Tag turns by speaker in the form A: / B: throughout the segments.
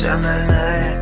A: непрофессиональное.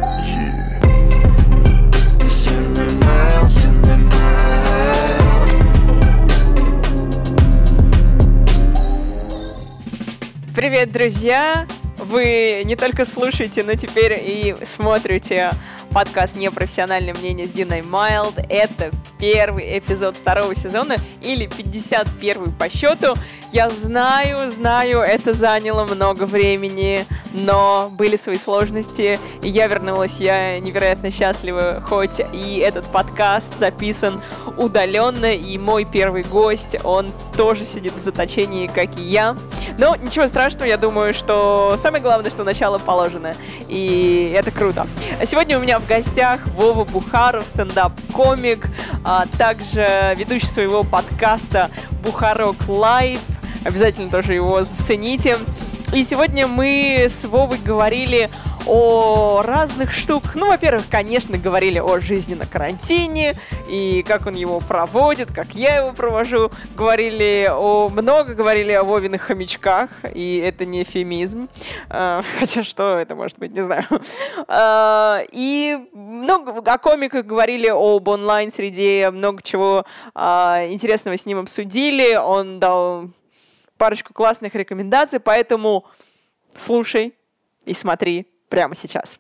B: Привет, друзья! Вы не только слушаете, но теперь и смотрите подкаст «Непрофессиональное мнение» с Диной Майлд. Это первый эпизод второго сезона, или 51-й по счету. Я знаю, это заняло много времени, но были свои сложности, и я вернулась. Я невероятно счастлива, хоть и этот подкаст записан удаленно, и мой первый гость, он тоже сидит в заточении, как и я. Но ничего страшного, я думаю, что самое главное, что начало положено, и это круто. Сегодня у меня в гостях Вова Бухаров, стендап-комик, а также ведущий своего подкаста «Бухарок Лайв». Обязательно тоже его зацените. И сегодня мы с Вовой говорили о разных штуках. Ну, во-первых, конечно, говорили о жизни на карантине и как он его проводит, как я его провожу. Много говорили о Вовиных хомячках, и это не эвфемизм. Хотя что это может быть, не знаю. И много о комиках говорили, об онлайн-среде, много чего интересного с ним обсудили. Он дал парочку классных рекомендаций, поэтому слушай и смотри прямо сейчас.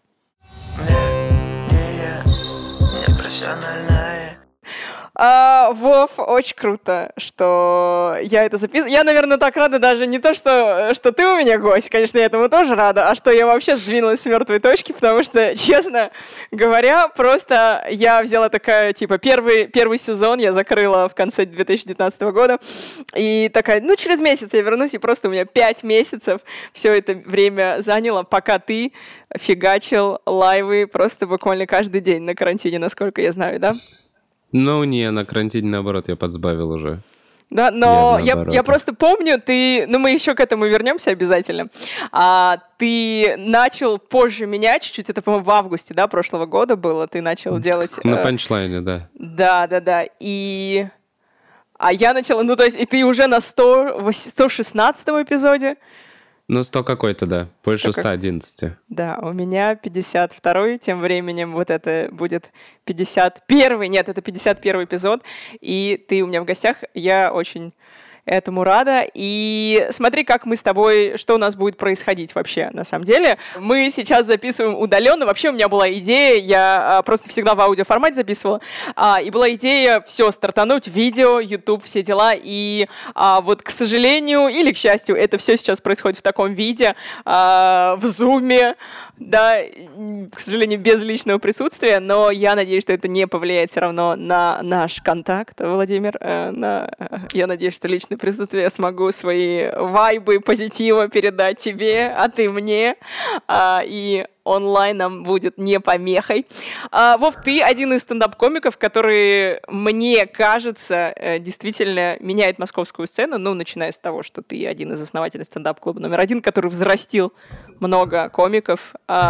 B: Непрофессиональное. Вов, очень круто, что я это записываю. Я, наверное, так рада даже не то, что ты у меня гость, конечно, я этому тоже рада, а что я вообще сдвинулась с мертвой точки, потому что, честно говоря, просто я взяла такая, типа, первый сезон я закрыла в конце 2019 года, и такая, через месяц я вернусь, и просто у меня 5 месяцев все это время заняло, пока ты фигачил лайвы просто буквально каждый день на карантине, насколько я знаю, да?
C: Ну, не, на карантине, наоборот, я подсбавил уже.
B: Да, но я просто помню, мы еще к этому вернемся обязательно. Ты начал позже меня чуть-чуть, это, по-моему, в августе, да, прошлого года было, ты начал делать...
C: На панчлайне, да.
B: Да, А я начала, то есть, и ты уже на 116-м эпизоде?
C: 100 какой-то, да. Больше 111.
B: Да, у меня 52-й, тем временем вот это будет 51-й, нет, это 51-й эпизод, и ты у меня в гостях, я очень этому рада. И смотри, как мы с тобой, что у нас будет происходить вообще, на самом деле. Мы сейчас записываем удаленно. Вообще у меня была идея, я просто всегда в аудиоформате записывала, и была идея все стартануть, видео, YouTube, все дела. И вот, к сожалению, или к счастью, это все сейчас происходит в таком виде, в Zoom, да, к сожалению, без личного присутствия, но я надеюсь, что это не повлияет все равно на наш контакт, Владимир. Я надеюсь, что личное присутствие я смогу свои вайбы, позитива передать тебе, а ты мне, и онлайн нам будет не помехой. Вов, ты один из стендап-комиков, который, мне кажется, действительно меняет московскую сцену, начиная с того, что ты один из основателей стендап-клуба номер 1, который взрастил много комиков,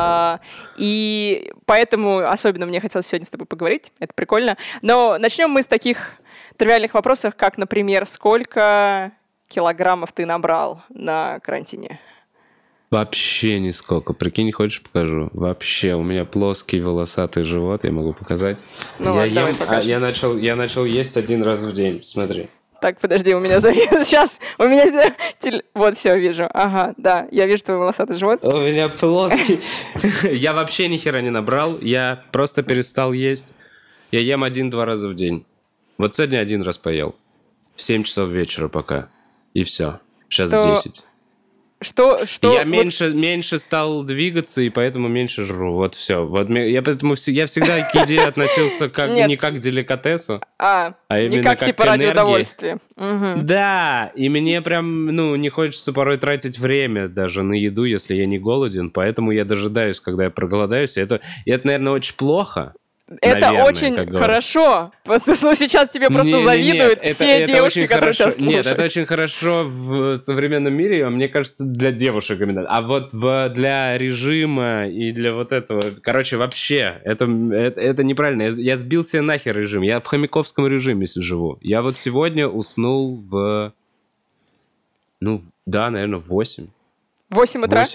B: и поэтому особенно мне хотелось сегодня с тобой поговорить, это прикольно. Но начнем мы с таких тривиальных вопросов, как, например, сколько килограммов ты набрал на карантине?
C: Вообще нисколько. Прикинь, хочешь покажу? Вообще, у меня плоский волосатый живот, я могу показать. Я начал есть 1 раз в день, смотри.
B: Так, подожди, у меня сейчас, вот, все, вижу. Ага, да, я вижу твой волосатый живот.
C: У меня плоский. Я вообще ни хера не набрал, я просто перестал есть. Я ем 1-2 раза в день. Вот сегодня 1 раз поел. В 7 часов вечера пока. И все. Сейчас 10.
B: Что?
C: Я меньше стал двигаться, и поэтому меньше жру. Вот все. Вот я всегда к еде относился не как к деликатесу, а именно
B: не как типа ради удовольствия.
C: Угу. Да, и мне прям, не хочется порой тратить время даже на еду, если я не голоден, поэтому я дожидаюсь, когда я проголодаюсь. И это, наверное, очень плохо.
B: Это
C: наверное,
B: очень хорошо. Сейчас тебе просто завидуют все девушки, которые тебя слушают.
C: Нет, это очень хорошо в современном мире, а мне кажется, для девушек именно. А вот для режима и для вот этого... Короче, вообще, это неправильно. Я сбил себе нахер режим. Я в хомяковском режиме живу. Я вот сегодня уснул наверное, в 8.
B: 8 утра?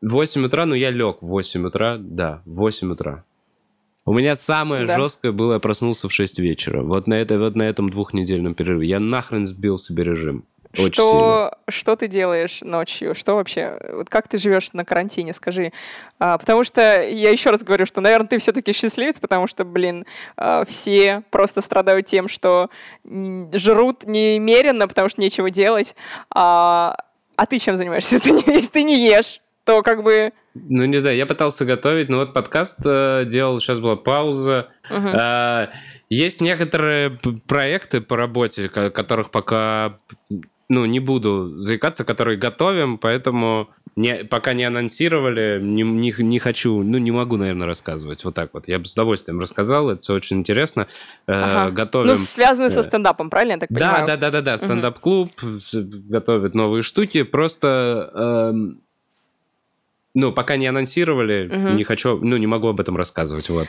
C: 8 утра, ну, я лег в 8 утра, да, в 8 утра. У меня самое жесткое было, я проснулся в 6 вечера. Вот на этом 2-недельном перерыве. Я нахрен сбил себе режим. Очень сильно.
B: Что ты делаешь ночью? Что вообще? Вот как ты живешь на карантине, скажи? Потому что я еще раз говорю, что, наверное, ты все-таки счастливец, потому что, все просто страдают тем, что жрут немерено, потому что нечего делать. А ты чем занимаешься? Если ты не ешь, то как бы...
C: Ну, не знаю, я пытался готовить, но вот подкаст делал, сейчас была пауза. Есть некоторые проекты по работе, которых пока, не буду заикаться, которые готовим, поэтому пока не анонсировали, не хочу, не могу, наверное, рассказывать. Вот так вот. Я бы с удовольствием рассказал, это все очень интересно. Готовим...
B: Ну, связаны со стендапом, правильно я так понимаю?
C: Да, стендап-клуб, готовят новые штуки, просто... пока не анонсировали, не хочу, не могу об этом рассказывать, вот.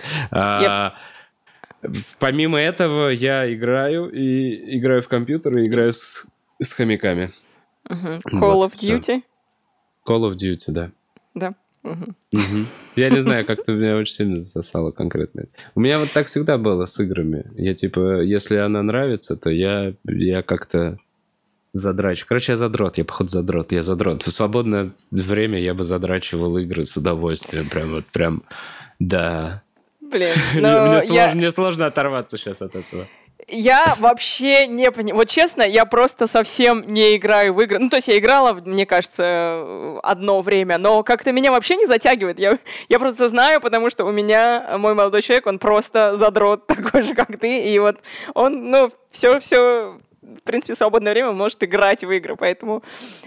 C: Помимо этого, я играю в компьютер, и играю с хомяками.
B: Call of Duty?
C: Call of Duty, да.
B: Да.
C: Я не знаю, как-то меня очень сильно засосало конкретно. У меня вот так всегда было с играми. Я, если она нравится, то я как-то... Задрачу. Короче, я задрот. Я, походу, задрот. В свободное время я бы задрачивал игры с удовольствием. Прям, да.
B: Блин,
C: мне сложно оторваться сейчас от этого.
B: Я вообще не понимаю. Вот честно, я просто совсем не играю в игры. Ну, то есть я играла, мне кажется, одно время, но как-то меня вообще не затягивает. Я просто знаю, потому что у меня мой молодой человек, он просто задрот такой же, как ты. И вот он, все... в принципе, в свободное время может играть в игры, поэтому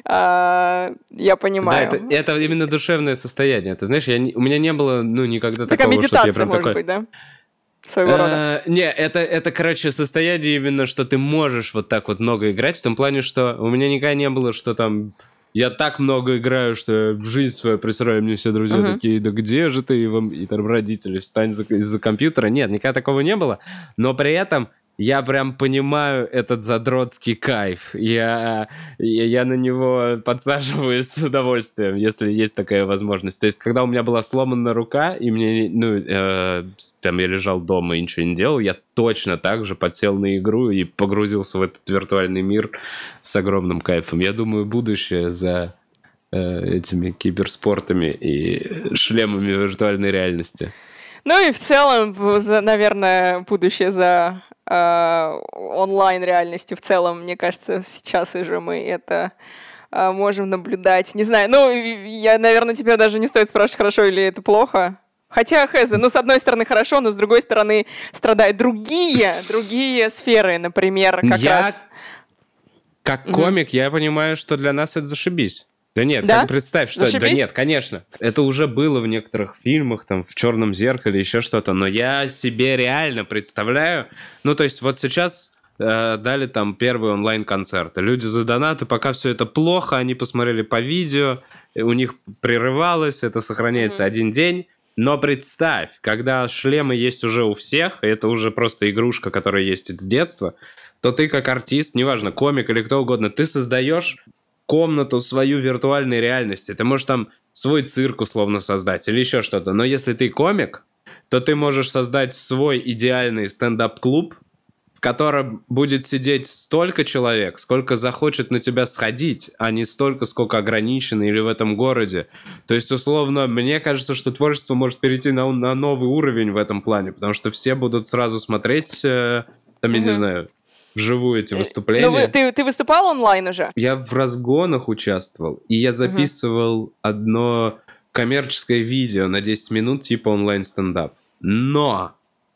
B: я понимаю.
C: Да, это именно душевное состояние. Ты знаешь, у меня не было, никогда
B: такая
C: такого,
B: медитация,
C: что я прям
B: может
C: такой...
B: быть, да? Своего рода.
C: Не, это, короче, состояние именно, что ты можешь вот так вот много играть, в том плане, что у меня никогда не было, что там... Я так много играю, что я жизнь свою присраю, мне все друзья такие, да где же ты? И там родители, встань из-за компьютера. Нет, никогда такого не было, но при этом... Я прям понимаю этот задротский кайф. Я на него подсаживаюсь с удовольствием, если есть такая возможность. То есть, когда у меня была сломана рука, и мне, там я лежал дома и ничего не делал, я точно так же подсел на игру и погрузился в этот виртуальный мир с огромным кайфом. Я думаю, будущее за этими киберспортами и шлемами виртуальной реальности.
B: Ну и в целом, наверное, будущее за онлайн-реальностью в целом, мне кажется, сейчас уже мы это можем наблюдать. Не знаю, наверное, тебе даже не стоит спрашивать, хорошо или это плохо. Хотя, с одной стороны хорошо, но с другой стороны страдают другие сферы, например,
C: Как комик, я понимаю, что для нас это зашибись. Да нет,
B: да?
C: Как представь, что...
B: Зашибись?
C: Да нет, конечно. Это уже было в некоторых фильмах, там, в «Черном зеркале», еще что-то. Но я себе реально представляю... то есть вот сейчас дали там первый онлайн-концерт. Люди за донаты, пока все это плохо, они посмотрели по видео, у них прерывалось, это сохраняется один день. Но представь, когда шлемы есть уже у всех, и это уже просто игрушка, которая есть с детства, то ты как артист, неважно, комик или кто угодно, ты создаешь комнату свою виртуальной реальности. Ты можешь там свой цирк условно создать или еще что-то. Но если ты комик, то ты можешь создать свой идеальный стендап-клуб, в котором будет сидеть столько человек, сколько захочет на тебя сходить, а не столько, сколько ограничено или в этом городе. То есть, условно, мне кажется, что творчество может перейти на новый уровень в этом плане, потому что все будут сразу смотреть, я не знаю, вживую эти выступления.
B: Ты выступал онлайн уже?
C: Я в разгонах участвовал, и я записывал одно коммерческое видео на 10 минут типа онлайн-стендап. Но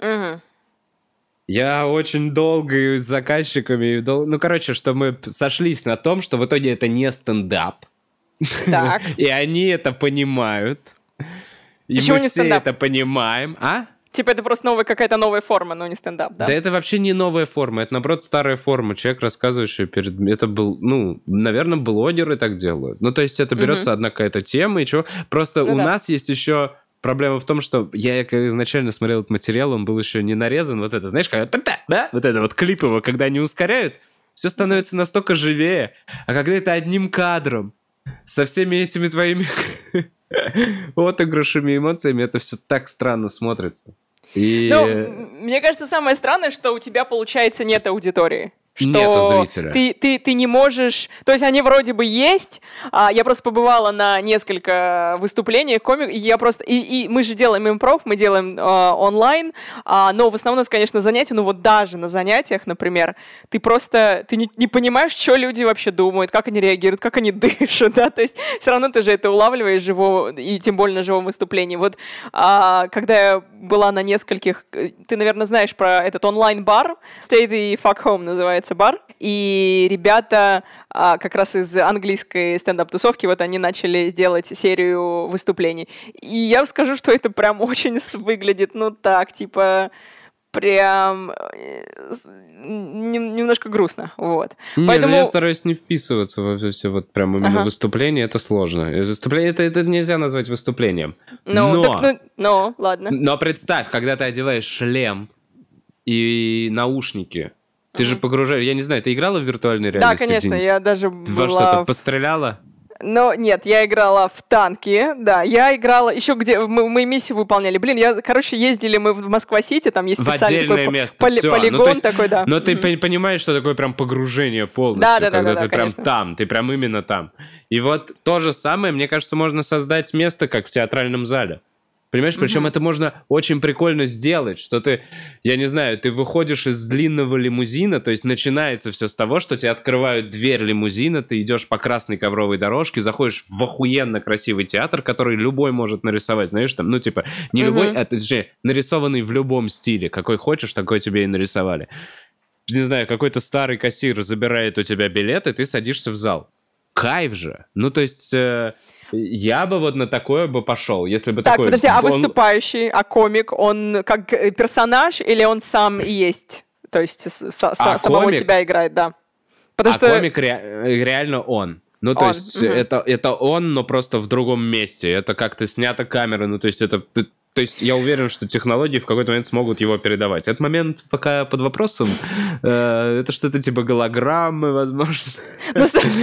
C: я очень долго и с заказчиками... что мы сошлись на том, что в итоге это не стендап.
B: Так.
C: И они это понимают. И
B: почему
C: мы
B: не
C: все
B: стендап?
C: это понимаем.
B: Типа это просто какая-то новая форма, но не стендап, да?
C: Да это вообще не новая форма, это, наоборот, старая форма. Человек, рассказывающий перед... Это был, наверное, блогеры так делают. То есть это берется одна какая-то тема, и чего... Просто у нас есть еще проблема в том, что я изначально смотрел этот материал, он был еще не нарезан, вот это, знаешь, когда... Вот это вот клипово, когда они ускоряют, все становится настолько живее. А когда это одним кадром, со всеми этими твоими отыгрышами, эмоциями, это все так странно смотрится.
B: Мне кажется, самое странное, что у тебя, получается, нет аудитории. Что
C: нету зрителя.
B: Ты не можешь... То есть они вроде бы есть. Я просто побывала на несколько выступлениях комик, и я просто... И мы же делаем импров, мы делаем онлайн, но в основном у нас, конечно, занятия, ну вот даже на занятиях, например, ты просто... Ты не понимаешь, что люди вообще думают, как они реагируют, как они дышат, да, то есть все равно ты же это улавливаешь живого, и тем более на живом выступлении. Вот когда я была на нескольких... Ты, наверное, знаешь про этот онлайн-бар, Stay the Fuck Home называется бар, и ребята как раз из английской стендап-тусовки, вот они начали делать серию выступлений. И я скажу, что это прям очень выглядит, ну так, типа... прям немножко грустно, вот.
C: Нет,
B: поэтому...
C: я стараюсь не вписываться во все вот прям именно выступление, это сложно. Выступление, это нельзя назвать выступлением.
B: Ладно.
C: Но представь, когда ты одеваешь шлем и наушники, ты же погружаешь... Я не знаю, ты играла в виртуальной реальности?
B: Да, конечно, я даже была...
C: Во что-то постреляла?
B: Но нет, я играла в танки, да, я играла еще где... Мы миссию выполняли. Блин, ездили мы в Москва-Сити, там есть специальный
C: такой
B: место.
C: полигон
B: такой, да.
C: Но ты понимаешь, что такое прям погружение полностью, когда ты прям
B: конечно.
C: там, ты прям именно там. И вот то же самое, мне кажется, можно создать место, как в театральном зале. Понимаешь, причем это можно очень прикольно сделать, что ты, я не знаю, ты выходишь из длинного лимузина, то есть начинается все с того, что тебе открывают дверь лимузина, ты идешь по красной ковровой дорожке, заходишь в охуенно красивый театр, который любой может нарисовать, знаешь, там, ну, типа, не любой, а точнее, нарисованный в любом стиле, какой хочешь, такой тебе и нарисовали. Не знаю, какой-то старый кассир забирает у тебя билет, и ты садишься в зал. Кайф же! Ну, то есть... Я бы вот на такое бы пошел, если бы
B: так,
C: такой...
B: подожди, а выступающий, а комик, он как персонаж или он сам и есть? То есть самого
C: комик?
B: себя играет, да. Потому что...
C: комик реально он. Ну, то есть это он, но просто в другом месте. Это как-то снято камерой, ну, то есть это... То есть я уверен, что технологии в какой-то момент смогут его передавать. Этот момент пока под вопросом. Это что-то типа голограммы, возможно.
B: Ну,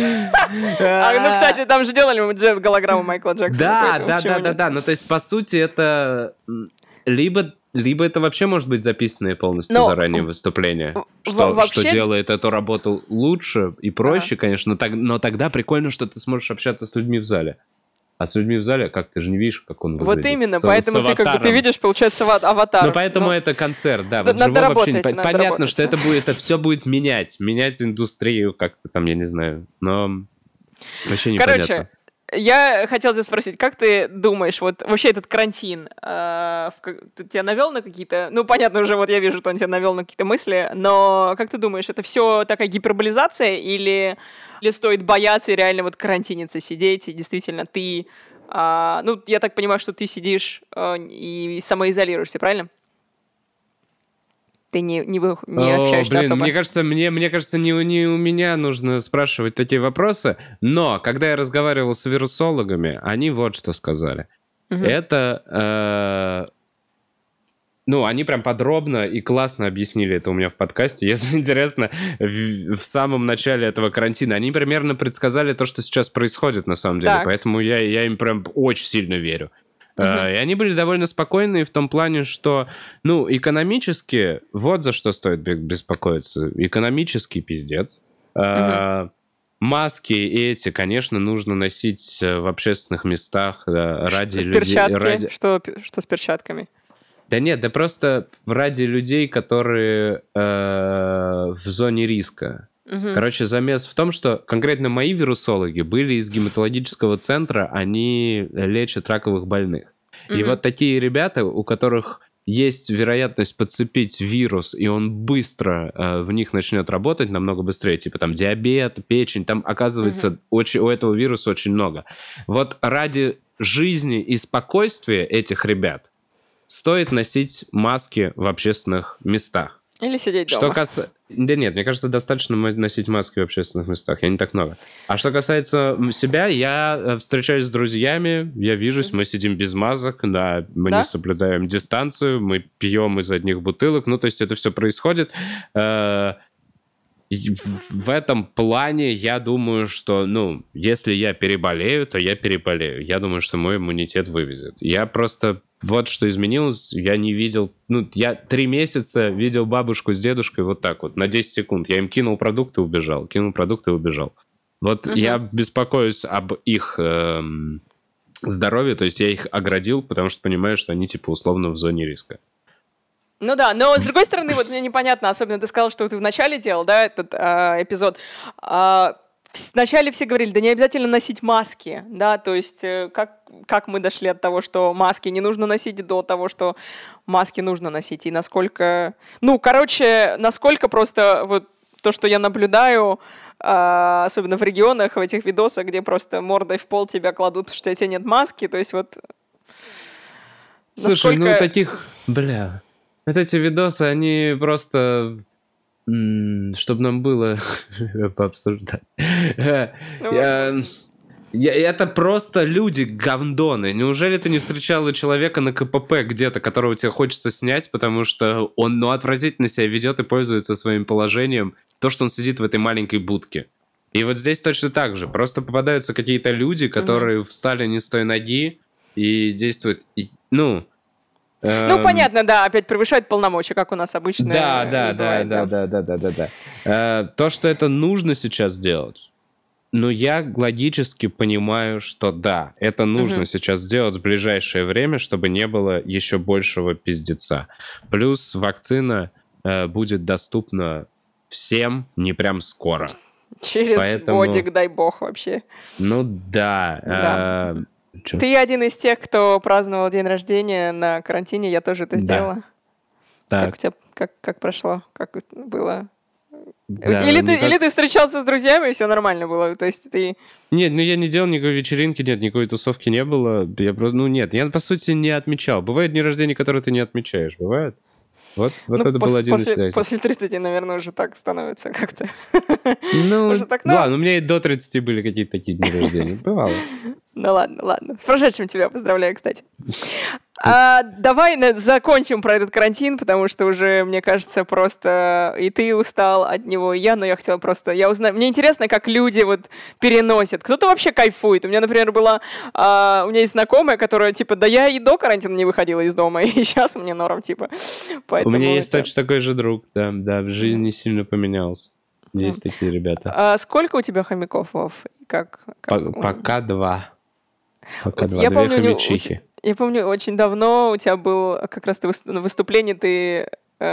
B: кстати, там же делали голограмму Майкла Джексона.
C: Да. Ну, то есть, по сути, это... Либо это вообще может быть записанное полностью заранее выступление, что делает эту работу лучше и проще, конечно, но тогда прикольно, что ты сможешь общаться с людьми в зале. А с людьми в зале, как ты же не видишь, как он выглядит.
B: Вот именно, поэтому ты как бы ты видишь, получается, аватар.
C: Ну, поэтому это концерт, да. Вот
B: надо работать, надо
C: понятно,
B: работать.
C: что это все будет менять индустрию как-то там, я не знаю, но вообще непонятно.
B: Короче, я хотел тебя спросить, как ты думаешь, вот вообще этот карантин тебя навел на какие-то... Ну, понятно, уже вот я вижу, что он тебя навел на какие-то мысли, но как ты думаешь, это все такая гиперболизация или стоит бояться и реально вот карантиниться, сидеть, и действительно ты... ну, я так понимаю, что ты сидишь и самоизолируешься, правильно? Ты не общаешься особо.
C: Мне кажется, не у меня нужно спрашивать такие вопросы, но когда я разговаривал с вирусологами, они вот что сказали. Это... они прям подробно и классно объяснили это у меня в подкасте. Если интересно, в самом начале этого карантина они примерно предсказали то, что сейчас происходит на самом деле. Поэтому я им прям очень сильно верю. И они были довольно спокойны в том плане, что, экономически, вот за что стоит беспокоиться. Экономический пиздец. Маски эти, конечно, нужно носить в общественных местах ради людей.
B: Перчатки? Что с перчатками?
C: Да нет, да просто ради людей, которые в зоне риска. Короче, замес в том, что конкретно мои вирусологи были из гематологического центра, они лечат раковых больных. И вот такие ребята, у которых есть вероятность подцепить вирус, и он быстро в них начнет работать намного быстрее, типа там диабет, печень, там оказывается у этого вируса очень много. Вот ради жизни и спокойствия этих ребят стоит носить маски в общественных местах.
B: Или сидеть дома.
C: Да нет, мне кажется, достаточно носить маски в общественных местах. Я не так много. А что касается себя, я встречаюсь с друзьями, я вижусь, мы сидим без масок, да, мы не соблюдаем дистанцию, мы пьем из одних бутылок. Ну, то есть это все происходит. в этом плане я думаю, что, если я переболею, то я переболею. Я думаю, что мой иммунитет вывезет. Я просто... Вот что изменилось, я не видел... я 3 месяца видел бабушку с дедушкой вот так вот, на 10 секунд. Я им кинул продукты, убежал. Вот я беспокоюсь об их здоровье, то есть я их оградил, потому что понимаю, что они, условно, в зоне риска.
B: Ну да, но с другой стороны, вот мне непонятно, особенно ты сказал, что ты вначале делал, да, этот эпизод. Вначале все говорили, да не обязательно носить маски, да, то есть как мы дошли от того, что маски не нужно носить, до того, что маски нужно носить, и насколько, насколько просто вот то, что я наблюдаю, особенно в регионах, в этих видосах, где просто мордой в пол тебя кладут, потому что у тебя нет маски, то есть вот...
C: Слушай, таких, вот эти видосы, они просто... Чтобы нам было пообсуждать. Это просто люди гандоны. Неужели ты не встречала человека на КПП где-то, которого тебе хочется снять, потому что он отвратительно себя ведет и пользуется своим положением, то, что он сидит в этой маленькой будке. И вот здесь точно так же. Просто попадаются какие-то люди, которые встали не с той ноги и действуют...
B: понятно, да, опять превышает полномочия, как у нас обычно бывает.
C: Да. То, что это нужно сейчас делать, я логически понимаю, что да, это нужно сейчас сделать в ближайшее время, чтобы не было еще большего пиздеца. Плюс вакцина будет доступна всем не прям скоро.
B: Через годик, дай бог, вообще.
C: Да.
B: Ты один из тех, кто праздновал день рождения на карантине, я тоже это сделала.
C: Так.
B: Как у тебя, как прошло? Как было? Да, или ты встречался с друзьями, и все нормально было? То есть ты...
C: Нет, я не делал никакой вечеринки, нет, никакой тусовки не было. Я просто, я, по сути, не отмечал. Бывают дни рождения, которые ты не отмечаешь, бывает? Вот это был один из связей.
B: После 30, наверное, уже так становится как-то.
C: Уже так, да, у меня и до 30 были какие-то такие дни рождения. Бывало.
B: Ну ладно. С прошедшим тебя поздравляю, кстати. Давай закончим про этот карантин, потому что уже, мне кажется, просто и ты устал от него, и я, но я хотела просто... Мне интересно, как люди вот переносят. Кто-то вообще кайфует. У меня, например, у меня есть знакомая, которая, да я и до карантина не выходила из дома, и сейчас мне норм,
C: У меня есть точно такой же друг, да, в жизни сильно поменялся. Есть такие ребята.
B: Сколько у тебя хомяков, Вов?
C: Пока 2.
B: Я помню, очень давно у тебя был как раз на выступлении ты...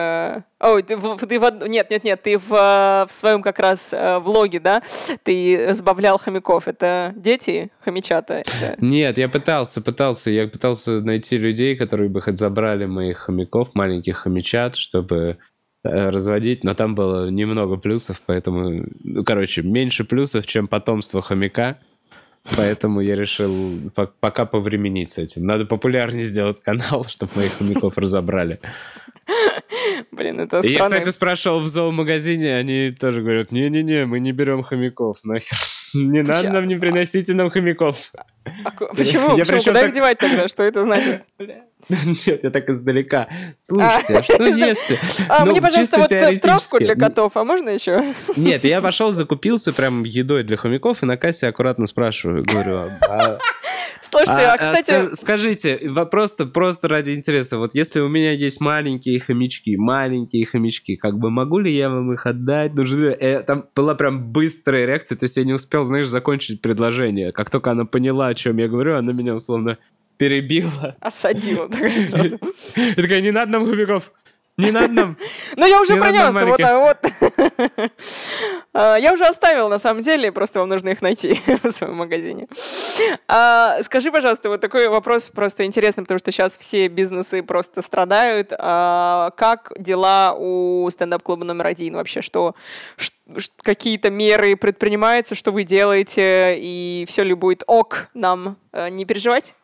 B: ты в своем как раз влоге, да? Ты сбавлял хомяков. Это дети, хомячата?
C: Нет, я пытался найти людей, которые бы хоть забрали моих хомяков, маленьких хомячат, чтобы разводить, но там было немного плюсов, поэтому, меньше плюсов, чем потомство хомяка. Поэтому я решил пока повременить с этим. Надо популярнее сделать канал, чтобы моих хомяков разобрали.
B: Блин, это странно.
C: И я, кстати, спрашивал в зоомагазине, они тоже говорят, не-не-не, мы не берем хомяков, нахер. Не надо нам, не приносите нам хомяков.
B: Почему? Куда их девать тогда? Что это значит?
C: Нет, я так издалека. Слушайте, а что если?
B: Мне, пожалуйста, вот травку для котов, а можно еще?
C: Нет, я пошел, закупился прям едой для хомяков, и на кассе аккуратно спрашиваю, говорю,
B: слушайте, кстати...
C: Скажите, просто ради интереса, вот если у меня есть маленькие хомячки, могу ли я вам их отдать? Там была прям быстрая реакция, то есть я не успел, закончить предложение. Как только она поняла, о чем я говорю, она меня условно перебила.
B: Осадила сразу.
C: И такая, не надо нам хомяков. Не надо нам.
B: Ну, я уже принес. Вот. Я уже оставил, на самом деле, просто вам нужно их найти в своем магазине. Скажи, пожалуйста, вот такой вопрос просто интересный, потому что сейчас все бизнесы просто страдают. Как дела у стендап-клуба номер 1 вообще? Какие-то меры предпринимаются, что вы делаете, и все ли будет ок нам не переживать?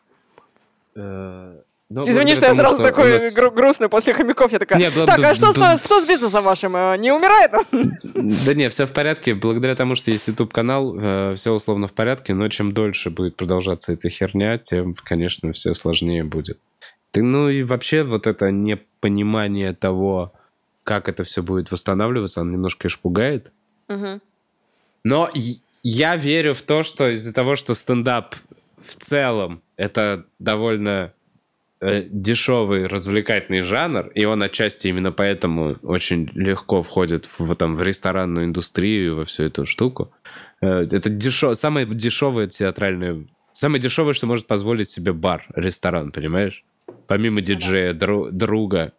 B: Извини, что я сразу такой грустный после хомяков. Я такая, а что с бизнесом вашим? Не умирает он?
C: Да нет, все в порядке. Благодаря тому, что есть YouTube-канал, все условно в порядке, но чем дольше будет продолжаться эта херня, тем, конечно, все сложнее будет. И вообще вот это непонимание того, как это все будет восстанавливаться, оно немножко, конечно, пугает. Но я верю в то, что из-за того, что стендап в целом это довольно дешевый развлекательный жанр, и он отчасти именно поэтому очень легко входит в ресторанную индустрию, во всю эту штуку. Это самое дешевое театральное... Самое дешевое, что может позволить себе бар, ресторан, понимаешь? Помимо диджея, друга.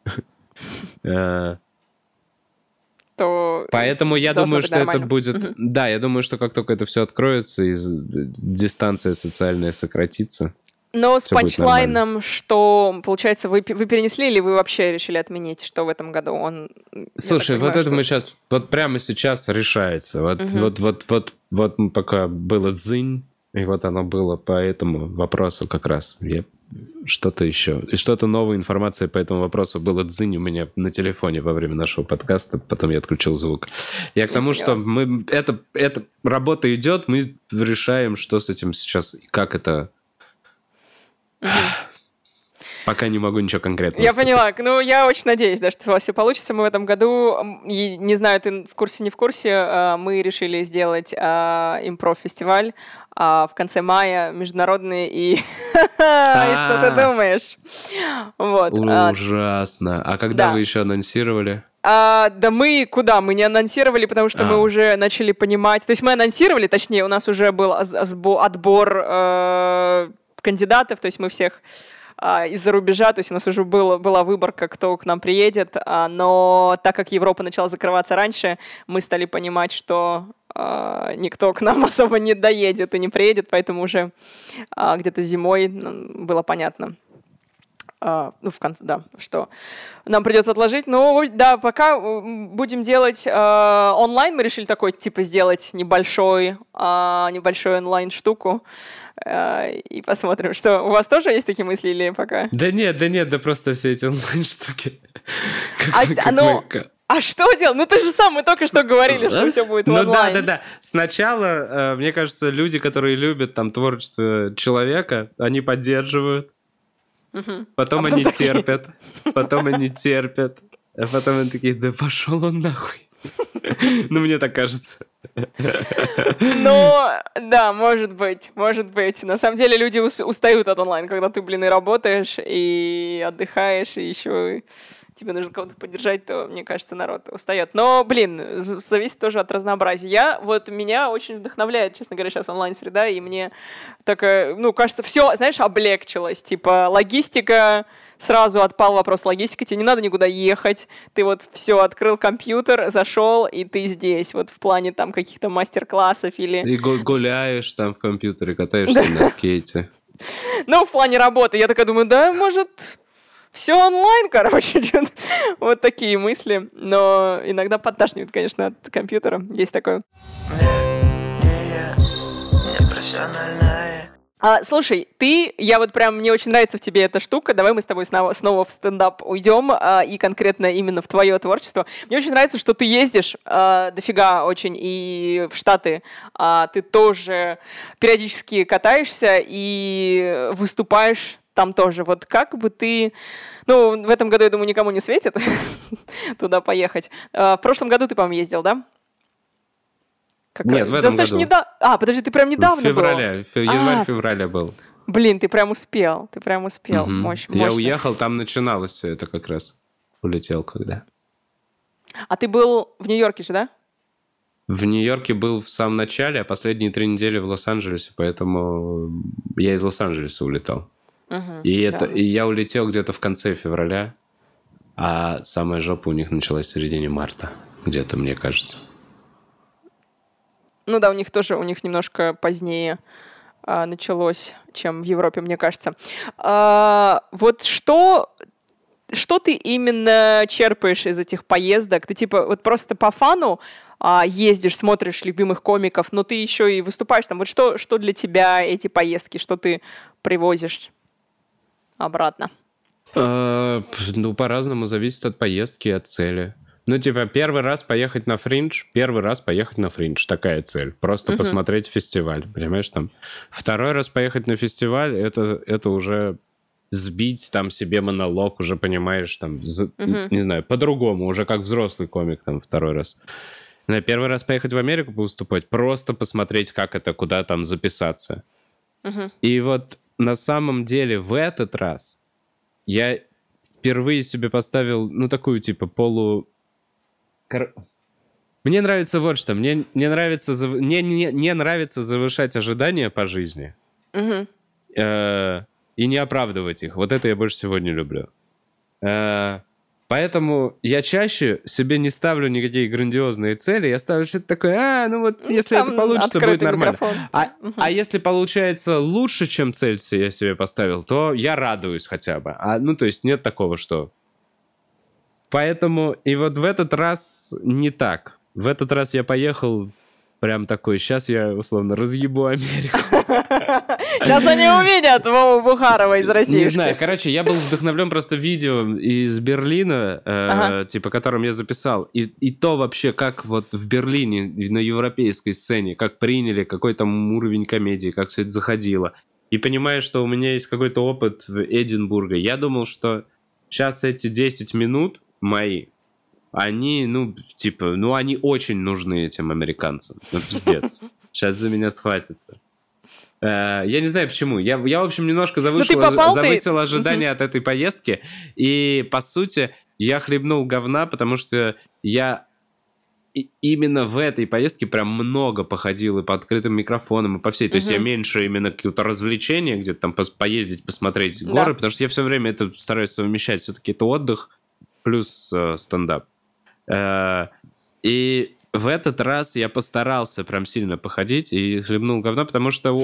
C: Поэтому я думаю, что это будет... Да, я думаю, что как только это все откроется, и дистанция социальная сократится.
B: Но с панчлайном, что, получается, вы перенесли или вы вообще решили отменить, что в этом году он...
C: Слушай, вот это мы сейчас, вот прямо сейчас решается. Вот пока было дзынь, и вот оно было по этому вопросу как раз. Что-то еще. И что-то новая информация по этому вопросу было дзынь у меня на телефоне во время нашего подкаста, потом я отключил звук. Я к тому, что эта работа идет, мы решаем, что с этим сейчас, и как это... Пока не могу ничего конкретного
B: сказать. Я поняла. Ну, я очень надеюсь, да, что у вас все получится. Мы в этом году, не знаю, ты в курсе, не в курсе, мы решили сделать импров-фестиваль в конце мая, международный, и что ты думаешь? Вот.
C: Ужасно. А когда вы еще анонсировали?
B: Да мы куда? Мы не анонсировали, потому что мы уже начали понимать... То есть мы анонсировали, точнее, у нас уже был отбор кандидатов, то есть мы всех из-за рубежа, то есть у нас уже была выборка, кто к нам приедет, но так как Европа начала закрываться раньше, мы стали понимать, что никто к нам особо не доедет и не приедет, поэтому уже где-то зимой было понятно, в конце, да, что нам придется отложить. Ну, да, пока будем делать онлайн, мы решили такой, типа, сделать небольшую онлайн-штуку, и посмотрим, что... У вас тоже есть такие мысли или пока?
C: Да нет, просто все эти онлайн-штуки.
B: А что делать? Ну, ты же сам, мы только что говорили, что все будет в онлайн.
C: Ну, да. Сначала, мне кажется, люди, которые любят там творчество человека, они поддерживают. Потом они терпят. Потом они терпят. А потом они такие, да пошел он нахуй. Ну, мне так кажется.
B: Ну, да, может быть. На самом деле люди устают от онлайн, когда ты, и работаешь, и отдыхаешь, и еще тебе нужно кого-то поддержать, то, мне кажется, народ устает. Но, зависит тоже от разнообразия. Меня очень вдохновляет, честно говоря, сейчас онлайн-среда, и мне так, кажется, все, знаешь, облегчилось. Типа логистика, сразу отпал вопрос логистики, тебе не надо никуда ехать, ты все, открыл компьютер, зашел, и ты здесь, в плане там каких-то мастер-классов или...
C: И гуляешь там в компьютере, катаешься на скейте.
B: Ну, в плане работы, я такая думаю, да, может... Все онлайн, короче, вот такие мысли. Но иногда подташнивает, конечно, от компьютера. Есть такое. Слушай, мне очень нравится в тебе эта штука. Давай мы с тобой снова в стендап уйдем, и конкретно именно в твое творчество. Мне очень нравится, что ты ездишь дофига очень и в Штаты. Ты тоже периодически катаешься и выступаешь там тоже. Вот как бы ты... в этом году, я думаю, никому не светит туда поехать. В прошлом году ты, по-моему, ездил, да?
C: Нет, в этом году.
B: Подожди, ты прям недавно был?
C: Январь-феврале был.
B: Блин, ты прям успел. Мощно.
C: Я уехал, там начиналось все это как раз. Улетел когда.
B: А ты был в Нью-Йорке же, да?
C: В Нью-Йорке был в самом начале, а последние 3 недели в Лос-Анджелесе, поэтому я из Лос-Анджелеса улетал. И я улетел где-то в конце февраля, а самая жопа у них началась в середине марта, где-то, мне кажется.
B: Ну да, у них немножко позднее началось, чем в Европе, мне кажется. Вот что ты именно черпаешь из этих поездок? Ты типа просто по фану ездишь, смотришь любимых комиков, но ты еще и выступаешь там. Вот что для тебя эти поездки, что ты привозишь обратно?
C: По-разному, зависит от поездки и от цели. Первый раз поехать на фриндж, такая цель. Просто посмотреть фестиваль, понимаешь, там. Второй раз поехать на фестиваль, это уже сбить там себе монолог, уже понимаешь, там, не знаю, по-другому, уже как взрослый комик там второй раз. Первый раз поехать в Америку выступать, просто посмотреть, как это, куда там записаться. И вот на самом деле в этот раз я впервые себе поставил, такую, типа, Мне нравится вот что. Мне не нравится завышать ожидания по жизни. И не оправдывать их. Вот это я больше всего не люблю. Поэтому я чаще себе не ставлю никакие грандиозные цели. Я ставлю что-то такое, если это получится, будет нормально. А если получается лучше, чем цель я себе поставил, то я радуюсь хотя бы. То есть нет такого, что... Поэтому и вот в этот раз не так. В этот раз я поехал прям такой, сейчас я, условно, разъебу Америку.
B: Сейчас они увидят Вову Бухарова из России.
C: Не знаю, короче, я был вдохновлен просто видео из Берлина, типа, которым я записал. И то вообще, как вот в Берлине, на европейской сцене, как приняли, какой там уровень комедии, как все это заходило. И понимаешь, что у меня есть какой-то опыт в Эдинбурге. Я думал, что сейчас эти 10 минут мои, они, они очень нужны этим американцам. Пиздец. Сейчас за меня схватятся. Я не знаю почему. Я в общем, немножко завысил ожидания от этой поездки. И, по сути, я хлебнул говна, потому что я именно в этой поездке прям много походил и по открытым микрофонам, и по всей. То есть я меньше именно какие-то развлечения, где-то там поездить, посмотреть горы, потому что я все время это стараюсь совмещать. Все-таки это отдых плюс стендап. И в этот раз я постарался прям сильно походить и хлебнул говна, потому что,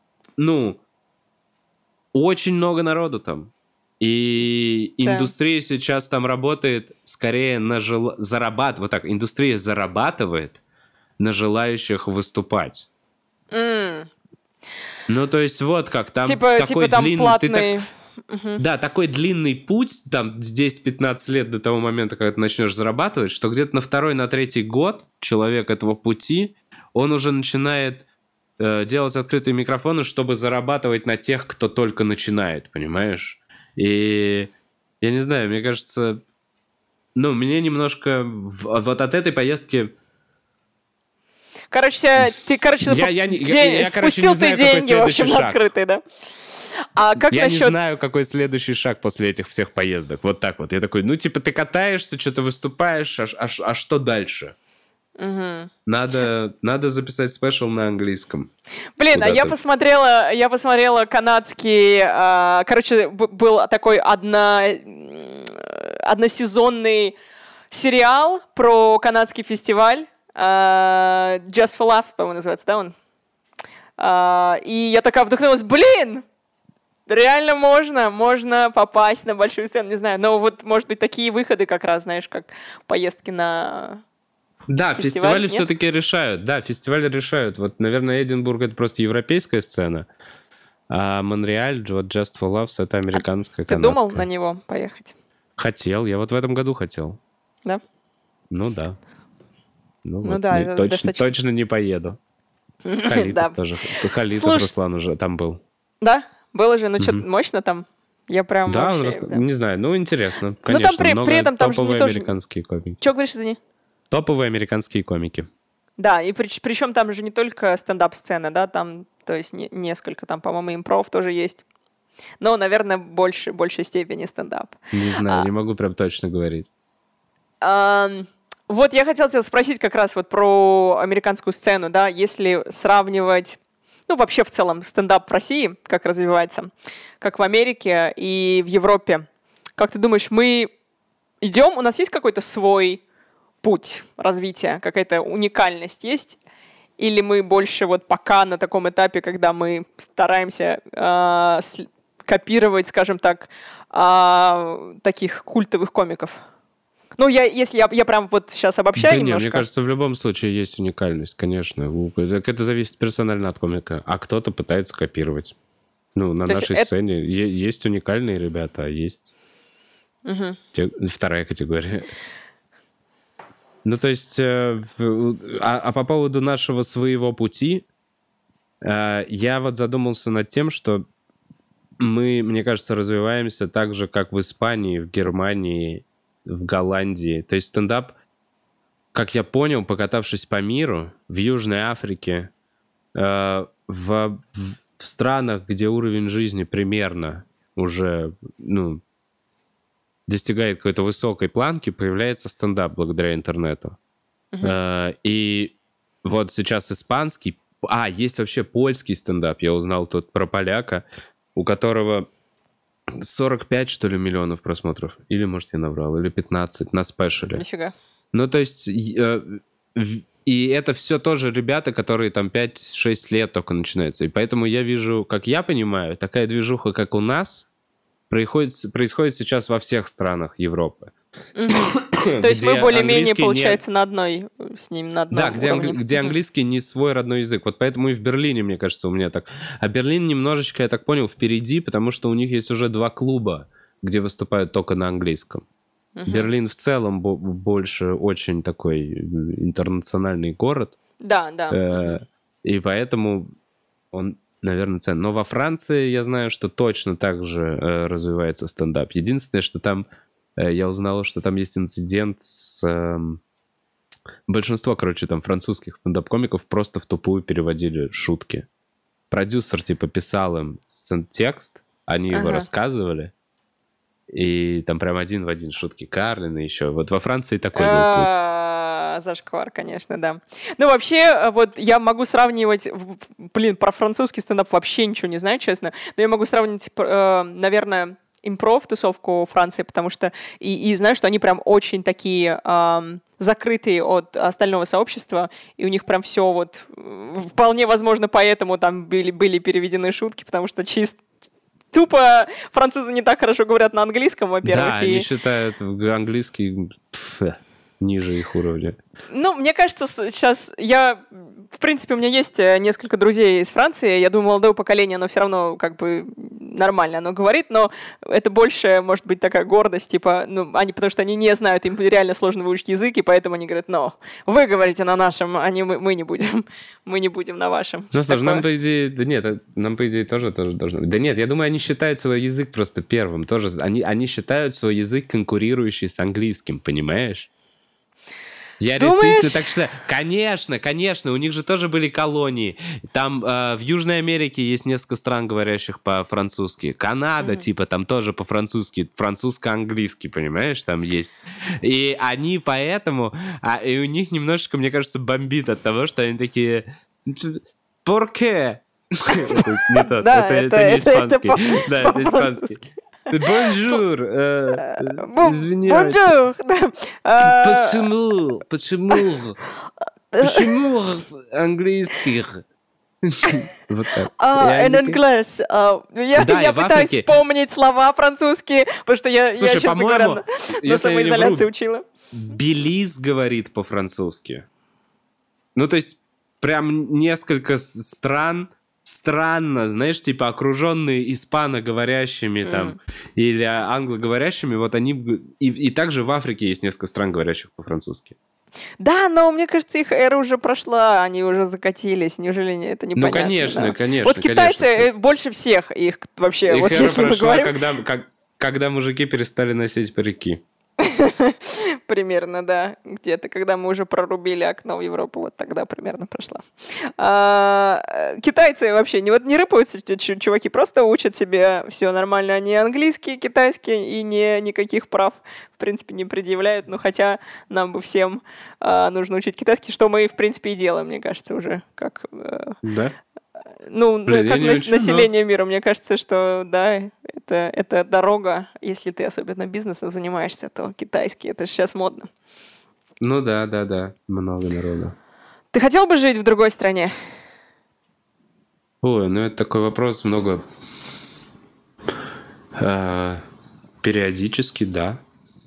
C: очень много народу там. И индустрия сейчас там работает скорее зарабатывает. Вот так, индустрия зарабатывает на желающих выступать. То есть вот как, там такой
B: там
C: длинный...
B: платный...
C: Да, такой длинный путь, там здесь 15 лет до того момента, когда ты начнешь зарабатывать, что где-то на 2-й, на 3-й год человек этого пути, он уже начинает делать открытые микрофоны, чтобы зарабатывать на тех, кто только начинает, понимаешь? И я не знаю, мне кажется, мне немножко вот от этой поездки...
B: Короче, спустил ты деньги, в общем, на открытые, да?
C: Не знаю, какой следующий шаг после этих всех поездок. Вот так вот. Я такой, ты катаешься, что-то выступаешь, а что дальше? Надо записать спешл на английском.
B: Блин, а я посмотрела канадский... был такой односезонный сериал про канадский фестиваль. Just for Love, по-моему, называется, да, он? И я такая вдохновилась, реально можно попасть на большую сцену, не знаю, но вот, может быть, такие выходы как раз, знаешь, как поездки на
C: фестивали все-таки решают. Да, фестивали решают. Вот, наверное, Эдинбург — это просто европейская сцена, а Монреаль, вот Just for Love — это американская, канадская.
B: Ты думал на него поехать?
C: Хотел, я вот в этом году хотел.
B: Да?
C: Да.
B: Достаточно...
C: Точно не поеду. Халитов тоже. Халитов Руслан уже там был.
B: Да? Было же, что-то мощно там. Я прям
C: не знаю, интересно, конечно.
B: Там при этом там же не тоже...
C: американские комики.
B: Что говоришь, извини?
C: Топовые американские комики.
B: Да, и причем там же не только стендап-сцена, да, там, то есть несколько, там, по-моему, импров тоже есть. Но, наверное, в большей степени стендап.
C: Не знаю, не могу прям точно говорить.
B: Вот я хотела тебя спросить как раз вот про американскую сцену, да, если сравнивать, вообще в целом стендап в России, как развивается, как в Америке и в Европе. Как ты думаешь, мы идем, у нас есть какой-то свой путь развития, какая-то уникальность есть? Или мы больше вот пока на таком этапе, когда мы стараемся копировать, скажем так, таких культовых комиков? Если я прям вот сейчас обобщаю немножко.
C: Мне кажется, в любом случае есть уникальность, конечно. Это зависит персонально от комика. А кто-то пытается копировать. На нашей сцене есть уникальные ребята, а есть вторая категория. То есть, по поводу нашего своего пути, я вот задумался над тем, что мы, мне кажется, развиваемся так же, как в Испании, в Германии, в Голландии. То есть стендап как я понял, покатавшись по миру, в Южной Африке, в странах, где уровень жизни примерно уже, достигает какой-то высокой планки, появляется стендап благодаря интернету. И вот сейчас испанский... есть вообще польский стендап. Я узнал тут про поляка, у которого 45, что ли, миллионов просмотров. Или, может, я наврал, или 15 на спешале.
B: Нифига.
C: Ну, то есть... И это все тоже ребята, которые там 5-6 лет только начинаются. И поэтому я вижу, как я понимаю, такая движуха, как у нас, происходит сейчас во всех странах Европы.
B: То есть мы более-менее, получается, на одной с ним, на одном уровне.
C: Да, где английский не свой родной язык. Вот поэтому и в Берлине, мне кажется, у меня так. А Берлин немножечко, я так понял, впереди, потому что у них есть уже 2 клуба, где выступают только на английском. Берлин в целом больше очень такой интернациональный город.
B: Да.
C: И поэтому он, наверное, ценный. Но во Франции я знаю, что точно так же развивается стендап. Единственное, что там я узнал, что там есть инцидент с... Большинство, там французских стендап-комиков просто в тупую переводили шутки. Продюсер, писал им текст, они его рассказывали, и там прям один в один шутки Карлина еще. Вот во Франции такой был путь.
B: Зашквар, конечно, да. Ну, вообще, вот я могу сравнивать... про французский стендап вообще ничего не знаю, честно. Но я могу сравнить, наверное, импров-тусовку Франции, потому что... И знаю, что они прям очень такие... закрытые от остального сообщества, и у них прям все вот... Вполне возможно, поэтому там были переведены шутки, потому что тупо французы не так хорошо говорят на английском, во-первых.
C: Да, они считают английский ниже их уровня.
B: Ну, мне кажется, сейчас в принципе, у меня есть несколько друзей из Франции. Я думаю, молодое поколение, оно все равно нормально оно говорит, но это больше, может быть, такая гордость, потому что они не знают, им реально сложно выучить язык, и поэтому они говорят, вы говорите на нашем, мы не будем. Мы не будем на вашем.
C: Ну, слушай, нам, по идее, тоже должно быть. Да нет, я думаю, они считают свой язык просто первым. Тоже. Они считают свой язык конкурирующий с английским, понимаешь? Я действительно так считаю. Конечно, у них же тоже были колонии. Там в Южной Америке есть несколько стран, говорящих по-французски. Канада, там тоже по-французски. Французско-английский, понимаешь, там есть. И они поэтому... и у них немножечко, мне кажется, бомбит от того, что они такие... «Порке?» Это не тот, это не испанский. Да, это испанский. Бонжур! Извиняюсь.
B: Бонжур!
C: Почему английский? Вот так.
B: Английский. Я пытаюсь вспомнить слова французские, потому что я, честно говоря, на самоизоляции учила.
C: Белиз говорит по-французски. Ну, то есть, прям несколько стран... Странно, знаешь, окруженные испаноговорящими там или англоговорящими, вот они... И также в Африке есть несколько стран, говорящих по-французски.
B: Да, но мне кажется, их эра уже прошла, они уже закатились. Неужели это непонятно?
C: Ну, конечно.
B: Вот китайцы больше всех их вообще...
C: Их
B: вот
C: эра
B: если
C: прошла,
B: мы говорим...
C: когда мужики перестали носить парики.
B: Примерно, да. Где-то, когда мы уже прорубили окно в Европу, вот тогда примерно прошла. Китайцы вообще не рыпаются, чуваки, просто учат себе все нормально. Они английский, китайский, и никаких прав, в принципе, не предъявляют. Ну, хотя нам бы всем нужно учить китайский, что мы, в принципе, и делаем, мне кажется, уже как...
C: Да?
B: Ну, как население мира, мне кажется, что, да, это дорога. Если ты особенно бизнесом занимаешься, то китайский, это же сейчас модно.
C: Ну да, много народу.
B: Ты хотел бы жить в другой стране?
C: Ой, ну это такой вопрос много... Периодически, да.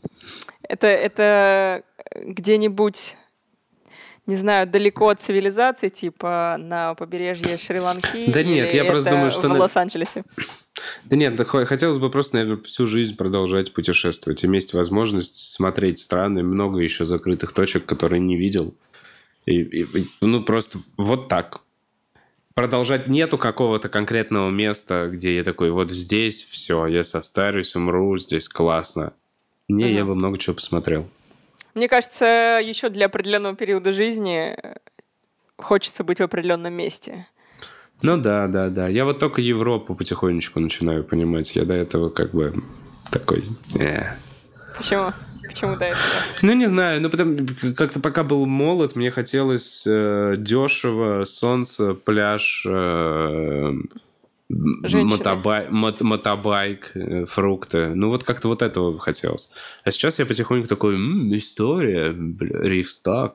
B: Это где-нибудь... Не знаю, далеко от цивилизации, на побережье Шри-Ланки?
C: Да нет, я просто думаю, что...
B: в Лос-Анджелесе?
C: Да нет, хотелось бы просто, наверное, всю жизнь продолжать путешествовать. Иметь возможность смотреть страны, много еще закрытых точек, которые не видел. Ну, просто вот так. Продолжать нету какого-то конкретного места, где я такой, вот здесь все, я состарюсь, умру, здесь классно. Не, я бы много чего посмотрел.
B: Мне кажется, еще для определенного периода жизни хочется быть в определенном месте.
C: Ну да. Я вот только Европу потихонечку начинаю понимать. Я до этого как бы такой...
B: Почему? Почему до этого?
C: Ну, не знаю. Ну, потому как-то пока был молод, мне хотелось дешево, солнце, пляж, мотобайк, фрукты. Ну, вот как-то вот этого хотелось. А сейчас я потихоньку такой, история, Рейхстаг.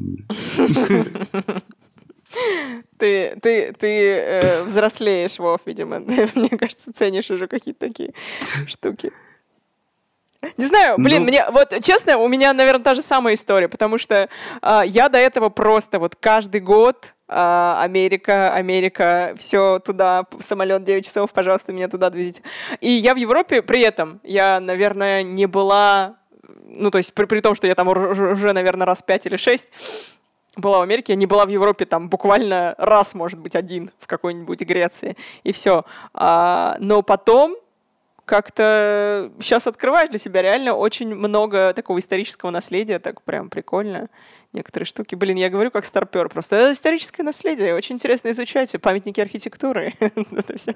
B: Ты взрослеешь, Вов, видимо. Ты, мне кажется, ценишь уже какие-то такие штуки. Не знаю, мне вот честно, у меня, наверное, та же самая история, потому что я до этого просто вот каждый год Америка, все туда, самолет 9 часов, пожалуйста, меня туда отвезите. И я в Европе при этом, я, наверное, не была, ну, то есть при том, что я там уже, наверное, раз 5 или 6 была в Америке, я не была в Европе там буквально раз, может быть, один в какой-нибудь Греции, и все. Но потом как-то сейчас открываешь для себя реально очень много такого исторического наследия, так прям прикольно. Некоторые штуки. Блин, я говорю как старпер просто. Это историческое наследие, очень интересно изучать. Памятники архитектуры. Это все.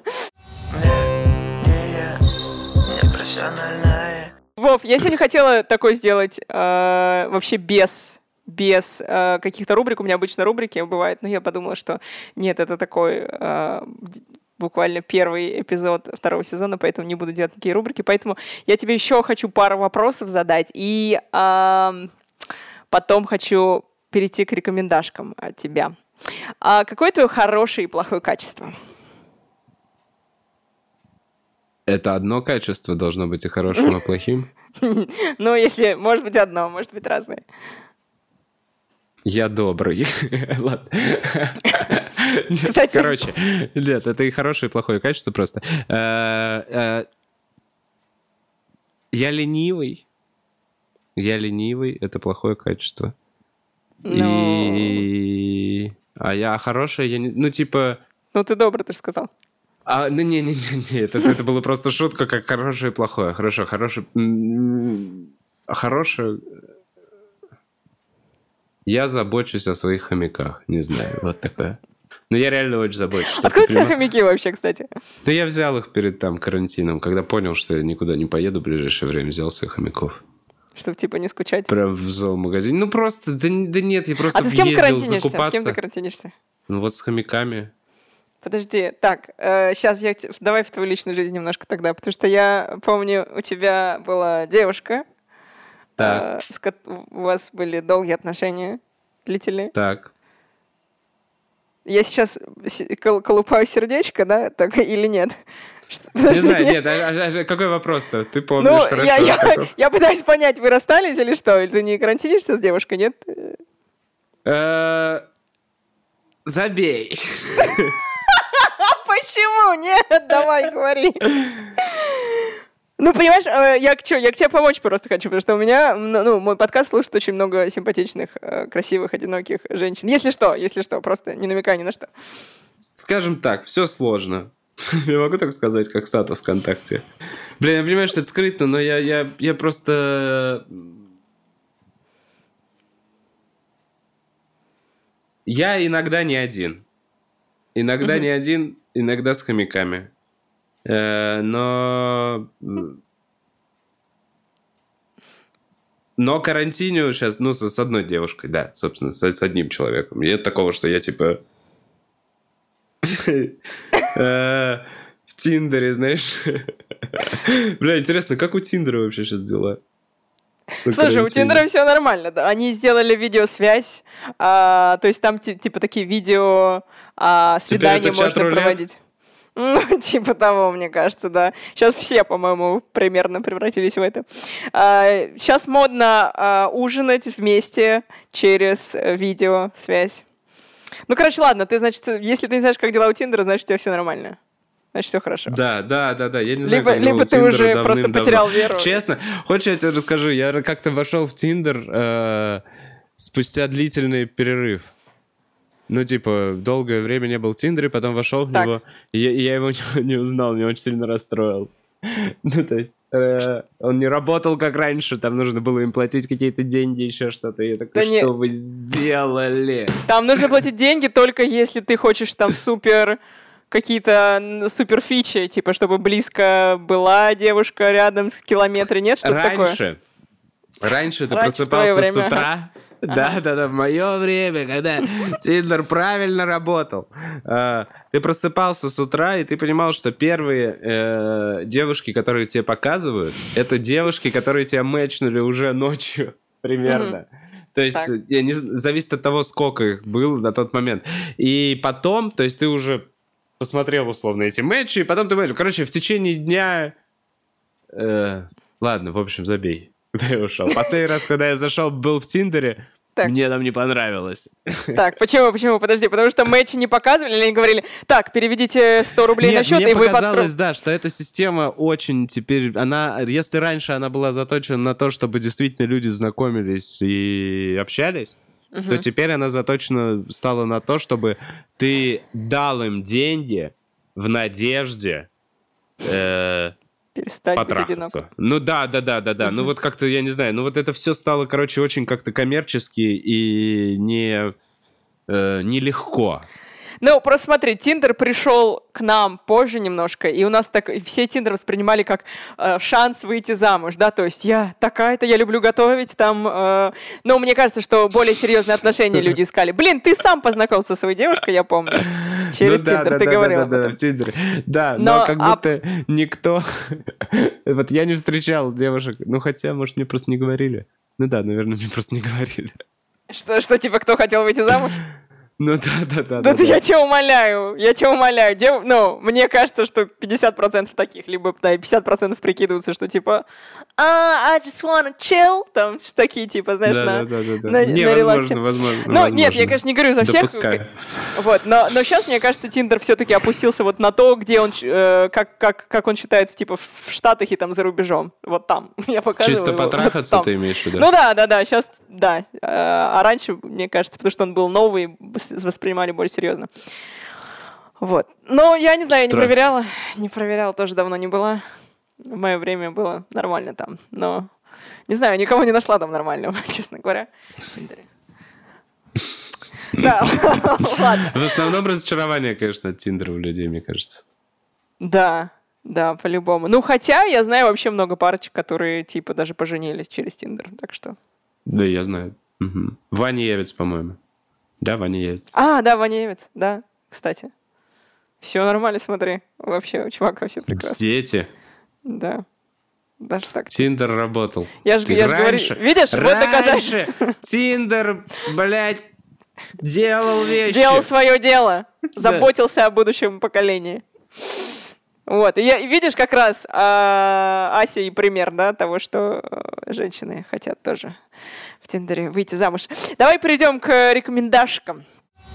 B: Вов, я сегодня хотела такое сделать вообще без каких-то рубрик. У меня обычно рубрики бывают, но я подумала, что нет, это такой... буквально первый эпизод второго сезона, поэтому не буду делать такие рубрики. Поэтому я тебе еще хочу пару вопросов задать, и потом хочу перейти к рекомендашкам от тебя. Какое твое хорошее и плохое качество?
C: Это одно качество должно быть и хорошим, и плохим?
B: Ну, если, может быть, одно, может быть, разное.
C: Я добрый. Ладно.
B: Кстати...
C: Короче, нет, это и хорошее, и плохое качество просто. Я ленивый. Это плохое качество. А хорошее, я не... Ну, типа...
B: Ну, ты добрый, ты же сказал.
C: Не, это было просто шутка, как хорошее и плохое. Хорошее... Я забочусь о своих хомяках, не знаю, вот такое. Но я реально очень забочусь.
B: Откуда у тебя хомяки вообще, кстати?
C: Да я взял их перед карантином, когда понял, что я никуда не поеду в ближайшее время, взял своих хомяков.
B: Чтобы, типа, не скучать?
C: Прям в зоомагазине. Ну, просто, да нет, я просто
B: ездил закупаться. А ты с кем карантинишься?
C: С
B: кем ты карантинишься?
C: Ну, вот с хомяками.
B: Подожди, так, сейчас давай в твою личную жизнь немножко тогда, потому что я помню, у тебя была девушка, у вас были долгие отношения, длительные.
C: Так.
B: Я сейчас колупаю сердечко, да, так, или нет?
C: Не знаю, нет, какой вопрос-то? Ты помнишь хорошо?
B: Я пытаюсь понять, вы расстались или что? Или ты не карантинишься с девушкой, нет?
C: Забей.
B: Почему? Нет, давай, говори. Ну, понимаешь, я к тебе помочь просто хочу, потому что у меня, мой подкаст слушает очень много симпатичных, красивых, одиноких женщин. Если что, просто не намекай ни на что.
C: Скажем так, все сложно. Я могу так сказать, как статус ВКонтакте. Блин, я понимаю, что это скрытно, но я просто... Я иногда не один. Иногда не один, иногда с хомяками. Но карантиню сейчас, с одной девушкой, да, собственно, с одним человеком. Нет такого, что я, типа, в Тиндере, знаешь. Бля, интересно, как у Тиндера вообще сейчас дела?
B: Слушай, у Тиндера все нормально. Да. Они сделали видеосвязь, то есть там типа такие видео свидания можно проводить. Ну, типа того, мне кажется, да. Сейчас все, по-моему, примерно превратились в это. Сейчас модно ужинать вместе через видеосвязь. Ну, короче, ладно, ты, значит, если ты не знаешь, как дела у Тиндера, значит, у тебя все нормально. Значит, все хорошо.
C: Да, я не знаю,
B: либо ты уже просто потерял веру.
C: Честно, хочешь, я тебе расскажу? Я как-то вошел в Тиндер спустя длительный перерыв. Ну, типа, долгое время не был в Тиндере, потом вошел в него, и я его не узнал, меня очень сильно расстроил. Ну, то есть, он не работал как раньше, там нужно было им платить какие-то деньги, еще что-то. Я такой,
B: Да
C: что вы сделали?
B: Там нужно платить деньги только если ты хочешь там какие-то супер фичи, типа, чтобы близко была девушка рядом с километре, нет? Что-то такое.
C: Раньше ты просыпался с утра. Да, в мое время, когда Тиндер правильно работал. Ты просыпался с утра, и ты понимал, что первые девушки, которые тебе показывают, это девушки, которые тебя мэчнули уже ночью примерно. То есть зависит от того, сколько их было на тот момент. И потом, то есть ты уже посмотрел условно эти матчи, и потом ты мэчил. Короче, в течение дня... Ладно, в общем, забей. Куда я ушел? Последний раз, когда я зашел, был в Тиндере, мне там не понравилось.
B: Так, почему? Подожди, потому что матчи не показывали, или они говорили, так, переведите 100 рублей на счет, и вы
C: мне показалось, да, что эта система очень теперь, если раньше она была заточена на то, чтобы действительно люди знакомились и общались, то теперь она заточена стала на то, чтобы ты дал им деньги в надежде
B: перестать быть одиноким.
C: Ну да. Ну вот как-то, я не знаю, ну вот это все стало, короче, очень как-то коммерчески и нелегко.
B: Ну, просто смотри, Тиндер пришел к нам позже немножко, и у нас все Тиндер воспринимали как шанс выйти замуж, да, то есть я такая-то, я люблю готовить, там, ну, мне кажется, что более серьезные отношения люди искали. Блин, ты сам познакомился со своей девушкой, я помню, через Тиндер, ты говорил об этом.
C: В Тиндере, да, но как будто никто, вот я не встречал девушек, ну, хотя, может, мне просто не говорили. Ну да, наверное, мне просто не говорили.
B: Что, типа, кто хотел выйти замуж?
C: Ну да.
B: Да я тебя умоляю. Ну, мне кажется, что 50% таких, либо, да, 50% прикидываются, что типа I just wanna chill, там, такие, типа, знаешь, на релаксе.
C: Возможно.
B: Ну, нет, я, конечно, не говорю за всех.
C: Допускаю.
B: Вот, но сейчас, мне кажется, Тиндер все-таки опустился вот на то, где он, как он считается, типа, в Штатах и там за рубежом. Вот там. Я показываю.
C: Чисто потрахаться
B: вот
C: ты имеешь в виду?
B: Ну да, сейчас, да. А раньше, мне кажется, потому что он был новый, воспринимали более серьезно. Вот. Но я не знаю, я не проверяла, тоже давно не была. В мое время было нормально там, но не знаю, никого не нашла там нормального, честно говоря. Да, ладно.
C: В основном разочарование, конечно, от Тиндера у людей, мне кажется.
B: Да, по-любому. Ну, хотя я знаю вообще много парочек, которые, типа, даже поженились через Тиндер, так что...
C: Да, я знаю. Угу. Ваня Евец, по-моему. Да, Ваня Евец.
B: Да, Ваня Евец, да, кстати. Все нормально, смотри. Вообще, у чувака все прекрасно.
C: Дети.
B: Да. Даже так.
C: Тиндер работал.
B: Я же говорю, видишь, вот доказательство.
C: Тиндер, блядь, делал вещи.
B: Делал свое дело. Заботился о будущем поколении. Вот. И видишь, как раз Ася и пример, да, того, что женщины хотят тоже в Тиндере выйти замуж. Давай перейдем к рекомендашкам.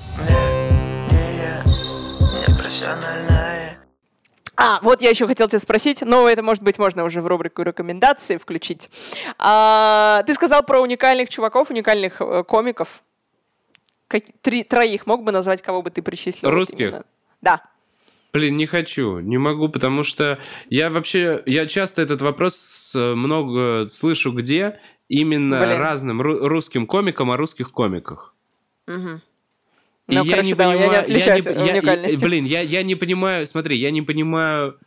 B: Вот я еще хотел тебя спросить, но это, может быть, можно уже в рубрику рекомендации включить. Ты сказал про уникальных чуваков, уникальных комиков. Троих мог бы назвать, кого бы ты причислил?
C: Русских?
B: Да.
C: Блин, не хочу, не могу, потому что я часто этот вопрос много слышу где, именно разным русским комикам о русских комиках.
B: Угу.
C: Ну, хорошо, я не отличаюсь уникальностью. Блин, я не понимаю, смотри, я не понимаю,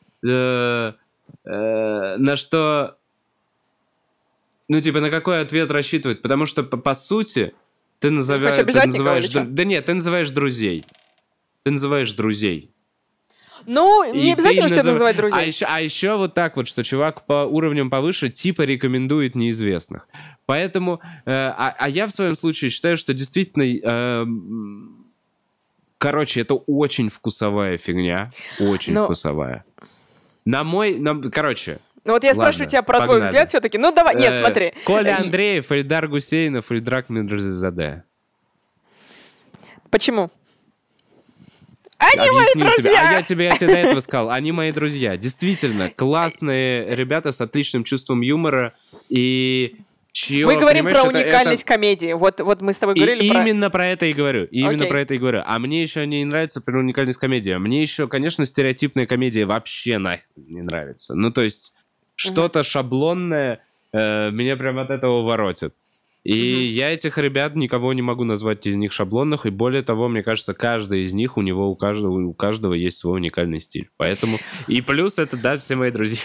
C: на что, ну, типа, на какой ответ рассчитывать, потому что, по сути, ты называешь... Да нет, ты называешь друзей.
B: Ну, не обязательно, что называть друзей.
C: А еще вот так вот, что чувак по уровням повыше типа рекомендует неизвестных. Поэтому... я в своем случае считаю, что действительно... Короче, это очень вкусовая фигня. Очень вкусовая. Короче...
B: Ну вот я спрашиваю тебя про твой взгляд все-таки. Ну давай, нет, смотри.
C: Коля Андреев, Эльдар Гусейнов, Ильдрак Мирзаде.
B: Почему? Они мои друзья!
C: Я тебе до этого сказал. Они мои друзья. Действительно, классные ребята с отличным чувством юмора. И
B: Мы говорим про уникальность комедии. Вот мы с тобой говорили про...
C: Именно про это и говорю. Про это и говорю. А мне еще не нравится про уникальность комедии. Мне еще, конечно, стереотипная комедия вообще не нравится. Ну, то есть, что-то шаблонное меня прям от этого воротит. И я этих ребят никого не могу назвать из них шаблонных, и более того, мне кажется, каждый из них, у каждого есть свой уникальный стиль. Поэтому... И плюс это, да, все мои друзья.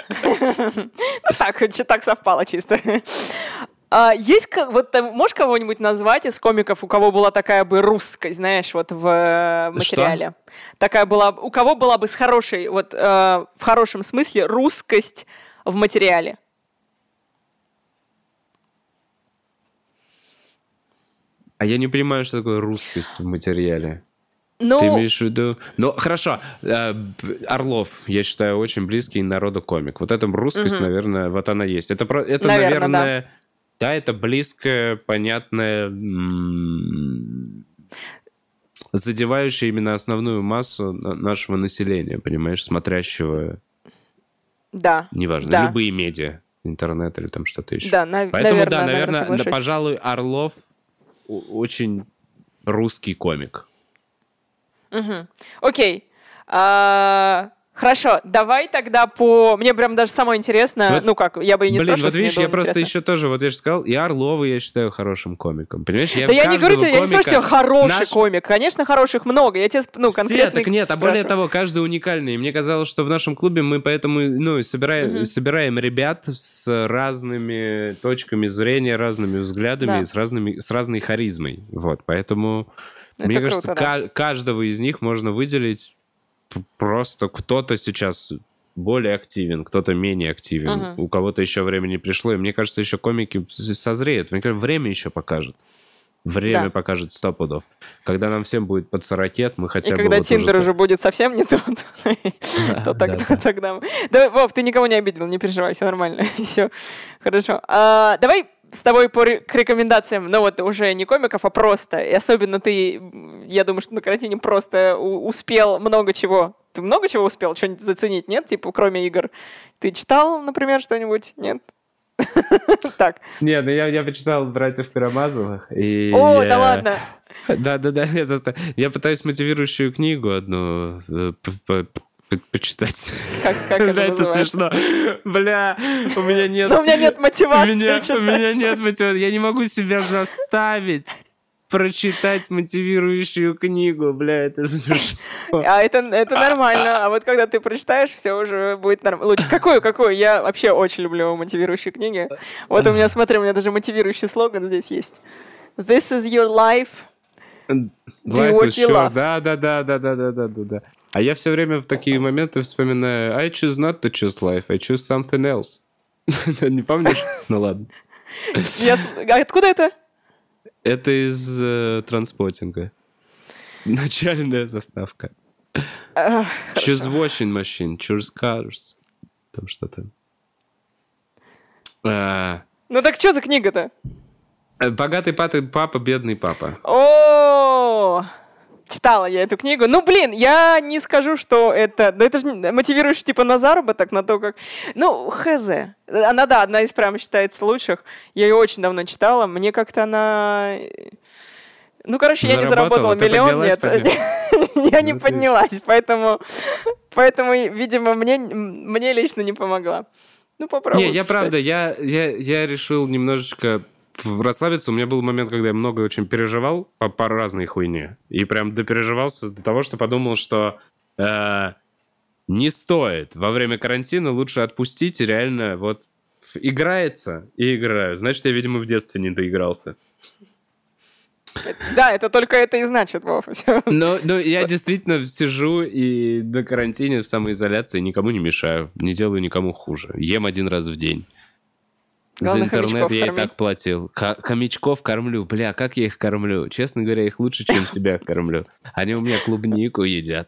B: Так совпало чисто. Есть, вот можешь кого-нибудь назвать из комиков, у кого была такая бы русскость, знаешь, вот в материале? Такая была, у кого была бы с хорошей, вот в хорошем смысле, русскость в материале?
C: А я не понимаю, что такое русскость в материале.
B: Ну...
C: Ты имеешь в виду... Ну, хорошо. Орлов, я считаю, очень близкий народу комик. Вот эта русскость, наверное, вот она есть. Это наверное... Да, это близкое, понятное, задевающее именно основную массу нашего населения, понимаешь, смотрящего...
B: Да.
C: Неважно,
B: да.
C: Любые медиа, интернет или там что-то еще.
B: Да,
C: Поэтому, наверное, пожалуй, Орлов очень русский комик.
B: Окей. Хорошо, давай тогда Мне прям даже самое интересное, я бы и не спрашивала.
C: Вот видишь, я просто еще тоже, вот я же сказал, и Орлова я считаю хорошим комиком, понимаешь?
B: Да я не говорю тебе, я не спрашиваю тебя, хороший комик. Конечно, хороших много, я тебе, конкретно
C: так нет, а более того, каждый уникальный. И мне казалось, что в нашем клубе мы поэтому, собираем ребят с разными точками зрения, разными взглядами, с разной харизмой. Вот, поэтому, мне кажется, каждого из них можно выделить. Просто кто-то сейчас более активен, кто-то менее активен. У кого-то еще время не пришло. И мне кажется, еще комики созреют. Мне кажется, время еще покажет. Время покажет 100 пудов. Когда нам всем будет под 40, мы хотя бы...
B: И когда Тиндер уже будет совсем не тот, то тогда... Вов, ты никого не обидел, не переживай, все нормально. Все хорошо. Давай с тобой к рекомендациям, вот уже не комиков, а просто. И особенно ты, я думаю, что на карантине просто успел много чего. Ты много чего успел? Что-нибудь заценить, нет? Типа, кроме игр. Ты читал, например, что-нибудь? Нет? Так.
C: Не, я почитал «Братьев Карамазовых».
B: Да ладно!
C: Да, я пытаюсь мотивирующую книгу одну почитать.
B: Как это называется?
C: Это смешно. Бля, у меня нет...
B: Но у меня нет мотивации читать.
C: У меня нет мотивации. Я не могу себя заставить прочитать мотивирующую книгу. Бля, это смешно.
B: Это нормально. А вот когда ты прочитаешь, все уже будет нормально. Лучше. Какую? Я вообще очень люблю мотивирующие книги. Вот у меня, смотри, у меня даже мотивирующий слоган здесь есть. This is your life. Do what you love.
C: Да. А я все время в такие моменты вспоминаю I choose not to choose life, I choose something else. Не помнишь? Ну ладно.
B: Откуда это?
C: Это из Транспотинга. Начальная заставка. Choose washing machine, choose cars. Там что-то.
B: Ну так что за книга-то?
C: «Богатый папа, бедный папа».
B: О, читала я эту книгу. Ну, блин, я не скажу, что это... Да это же мотивируешь типа на заработок, на то, как... Ну, хз. Она, одна из прям считается лучших. Я ее очень давно читала. Мне как-то она... Ну, короче, я не заработала миллион, нет. Я не поднялась, поэтому, видимо, мне лично не помогла. Ну, попробуй.
C: Не, правда, я решил немножечко расслабиться. У меня был момент, когда я много очень переживал по разной хуйне. И прям допереживался до того, что подумал, что не стоит во время карантина, лучше отпустить и реально вот играется и играю. Значит, я, видимо, в детстве не доигрался.
B: Да, это только это и значит, Вов.
C: Но я действительно сижу и на карантине в самоизоляции никому не мешаю, не делаю никому хуже. Ем 1 раз в день.
B: Главное,
C: за интернет я и так платил. Хомячков кормлю. Бля, как я их кормлю? Честно говоря, их лучше, чем себя кормлю. Они у меня клубнику едят.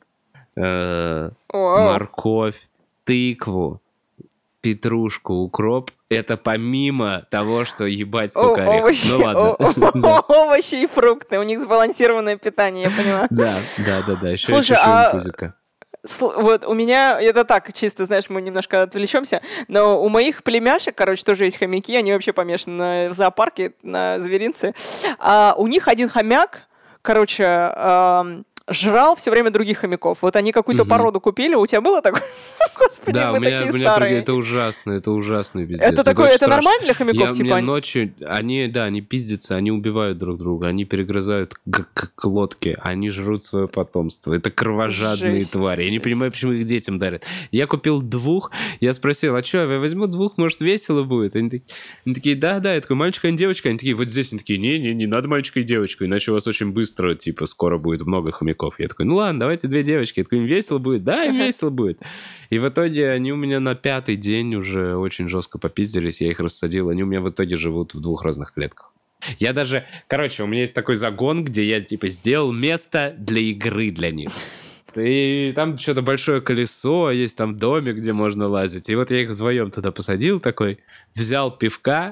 C: Морковь, тыкву, петрушку, укроп. Это помимо того, что ебать сколько орехов. Ну ладно.
B: Овощи и фрукты. У них сбалансированное питание, я поняла.
C: Да. Еще
B: слушай,
C: шинкузика.
B: Вот у меня, это так, чисто, знаешь, мы немножко отвлечемся, но у моих племяшек, короче, тоже есть хомяки, они вообще помешаны в зоопарке, на зверинце. А у них один хомяк, короче, жрал все время других хомяков. Вот они какую-то породу купили, у тебя было такое? Господи,
C: да,
B: мы такие старые.
C: Это ужасно, пиздец.
B: Это такое, это нормально для хомяков, типа?
C: Мне ночью, они пиздятся, они убивают друг друга, они перегрызают глотки, они жрут свое потомство. Это кровожадные твари. Я не понимаю, почему их детям дарят. Я купил 2, я спросил, а что, я возьму 2, может, весело будет? Они такие, да, я такой, мальчик, а не девочка? Они такие, вот здесь, они такие, не надо мальчика и девочку, иначе у вас очень быстро, типа, скоро будет много хомяков. Я такой, ну ладно, давайте 2 девочки. Я такой, им весело будет? Да, им весело будет. И в итоге они у меня на 5-й день уже очень жестко попиздились, я их рассадил. Они у меня в итоге живут в 2 разных клетках. Я даже... Короче, у меня есть такой загон, где я, типа, сделал место для игры для них. И там что-то большое колесо, есть там домик, где можно лазить. И вот я их вдвоем туда посадил такой, взял пивка...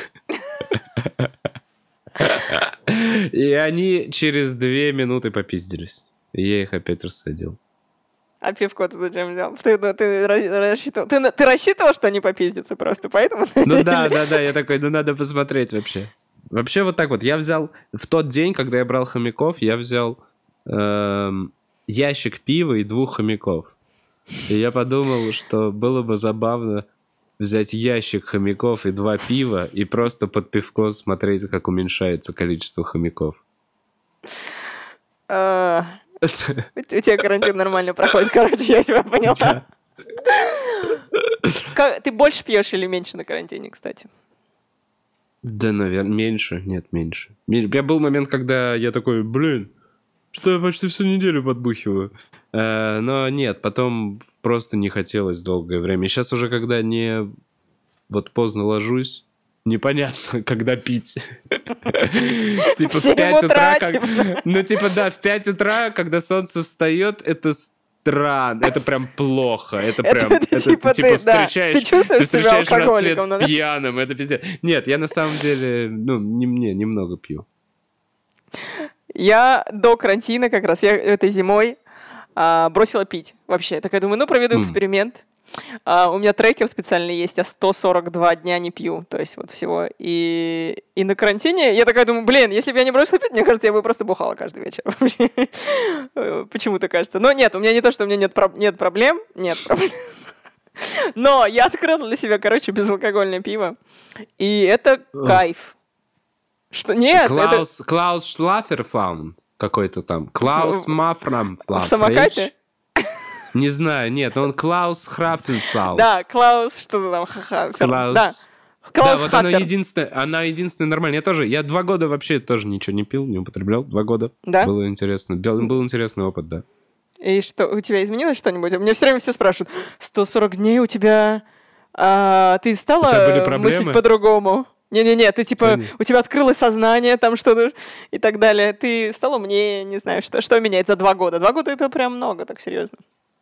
C: И они через 2 минуты попиздились. И я их опять рассадил.
B: А пивко ты зачем взял? Ты рассчитывал, что они попиздятся просто, поэтому...
C: Ну да, я такой, надо посмотреть вообще. Вообще вот так вот. Я взял... В тот день, когда я брал хомяков, я взял ящик пива и 2 хомяков. И я подумал, что было бы забавно взять ящик хомяков и 2 пива и просто под пивко смотреть, как уменьшается количество хомяков.
B: У тебя карантин нормально проходит, короче, я тебя поняла. Ты больше пьешь или меньше на карантине, кстати?
C: Да, наверное, меньше. Нет, меньше. Я был момент, когда я такой, что я почти всю неделю подбухиваю. Но нет, потом просто не хотелось долгое время. Сейчас уже, когда не вот поздно ложусь, непонятно, когда пить. Типа в 5 утра. Ну, типа, да, в 5 утра, когда солнце встает, это странно, это прям плохо. Это прям, типа, встречаешь рассвет пьяным, это пиздец. Нет, я на самом деле, немного пью.
B: Я до карантина как раз, я этой зимой бросила пить вообще. Такая думаю, проведу эксперимент. У меня трекер специальный есть, я 142 дня не пью, то есть вот всего. И на карантине я такая думаю, если бы я не бросила пить, мне кажется, я бы просто бухала каждый вечер вообще. Почему-то кажется. Но нет, у меня не то, что у меня нет проблем. Но я открыла для себя, безалкогольное пиво. И это кайф. Что нет,
C: Клаус Шлафферфлаун какой-то там. Клаус Мафрамфлаун.
B: В самокате?
C: Не знаю, нет, он Клаус Храфенфлаус.
B: Да, Клаус, что-то там,
C: Клаус.
B: Да,
C: Клаус вот она единственная нормальная. Я 2 года вообще тоже ничего не пил, не употреблял. 2 года. Да? Было интересно. Был интересный опыт, да.
B: И что, у тебя изменилось что-нибудь? Мне все время все спрашивают, 140 дней у тебя... ты стала мыслить по-другому? Не-не-не, ты типа, у тебя открылось сознание, там что-то и так далее. Ты стал умнее, не знаю, что меняет за 2 года. 2 года это прям много, так серьезно.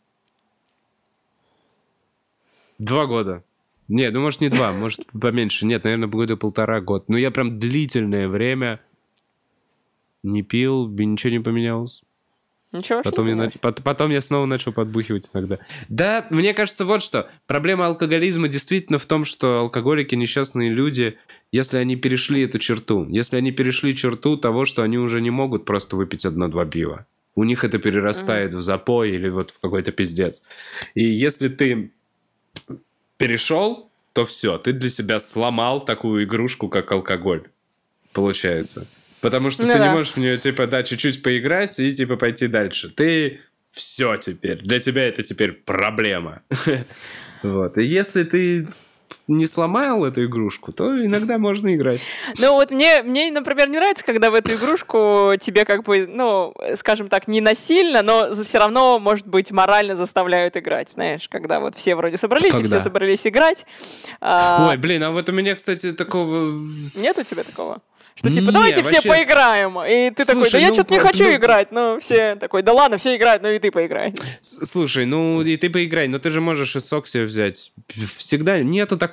C: 2 года. Нет, может не 2, может поменьше. Нет, наверное, 1,5 года. Но я прям длительное время не пил, ничего не поменялось.
B: Ничего вообще
C: потом я снова начал подбухивать иногда. Да, мне кажется, вот что. Проблема алкоголизма действительно в том, что алкоголики, несчастные люди, если они перешли эту черту, если они перешли черту того, что они уже не могут просто выпить 1-2 пива. У них это перерастает в запой или вот в какой-то пиздец. И если ты перешел, то все, ты для себя сломал такую игрушку, как алкоголь. Получается. Потому что ты не можешь в нее, чуть-чуть поиграть и, пойти дальше. Ты все теперь. Для тебя это теперь проблема. Вот. И если ты не сломал эту игрушку, то иногда можно играть.
B: Ну вот мне, например, не нравится, когда в эту игрушку тебе скажем так, не насильно, но все равно, может быть, морально заставляют играть, знаешь, когда вот все вроде собрались, и все собрались играть.
C: Ой, а вот у меня, кстати, такого...
B: Нет у тебя такого? Что давайте все поиграем. И ты такой, я что-то не хочу играть. Но все такой, да ладно, все играют, и ты поиграй.
C: Слушай, и ты поиграй, но ты же можешь и сок себе взять. Всегда нету такого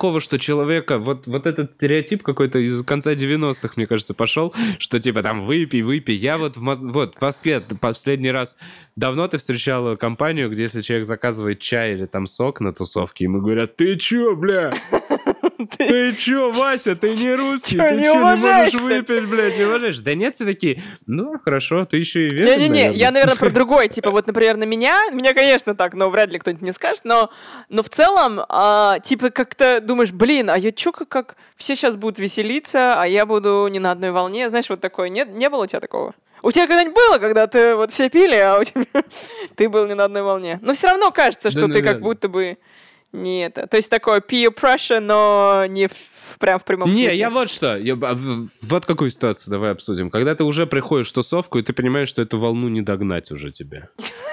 C: такого, что человека... Вот этот стереотип какой-то из конца 90-х, мне кажется, пошел, что типа там выпей. Я вот в Москве последний раз... Давно ты встречала компанию, где если человек заказывает чай или там сок на тусовке, ему говорят: ты чё, бля? Ты чё, Вася, ты не русский? Ты чё, не можешь выпить, блядь, не уважаешь? Да нет, все такие: ну, хорошо, ты еще и веган,
B: Не-не-не, я, наверное, про другое. Типа, вот, например, на меня, конечно, так, но вряд ли кто-нибудь мне скажет, но в целом, типа, как-то думаешь: блин, а я чё, как все сейчас будут веселиться, а я буду не на одной волне? Знаешь, вот такое. Не было у тебя такого? У тебя когда-нибудь было, когда ты вот все пили, а у тебя ты был не на одной волне? Но все равно кажется, что ты как будто бы не это. То есть такое peer pressure, но не прям в прямом смысле.
C: Не, я вот что. Вот какую ситуацию давай обсудим. Когда ты уже приходишь в тусовку, и ты понимаешь, что эту волну не догнать уже тебе.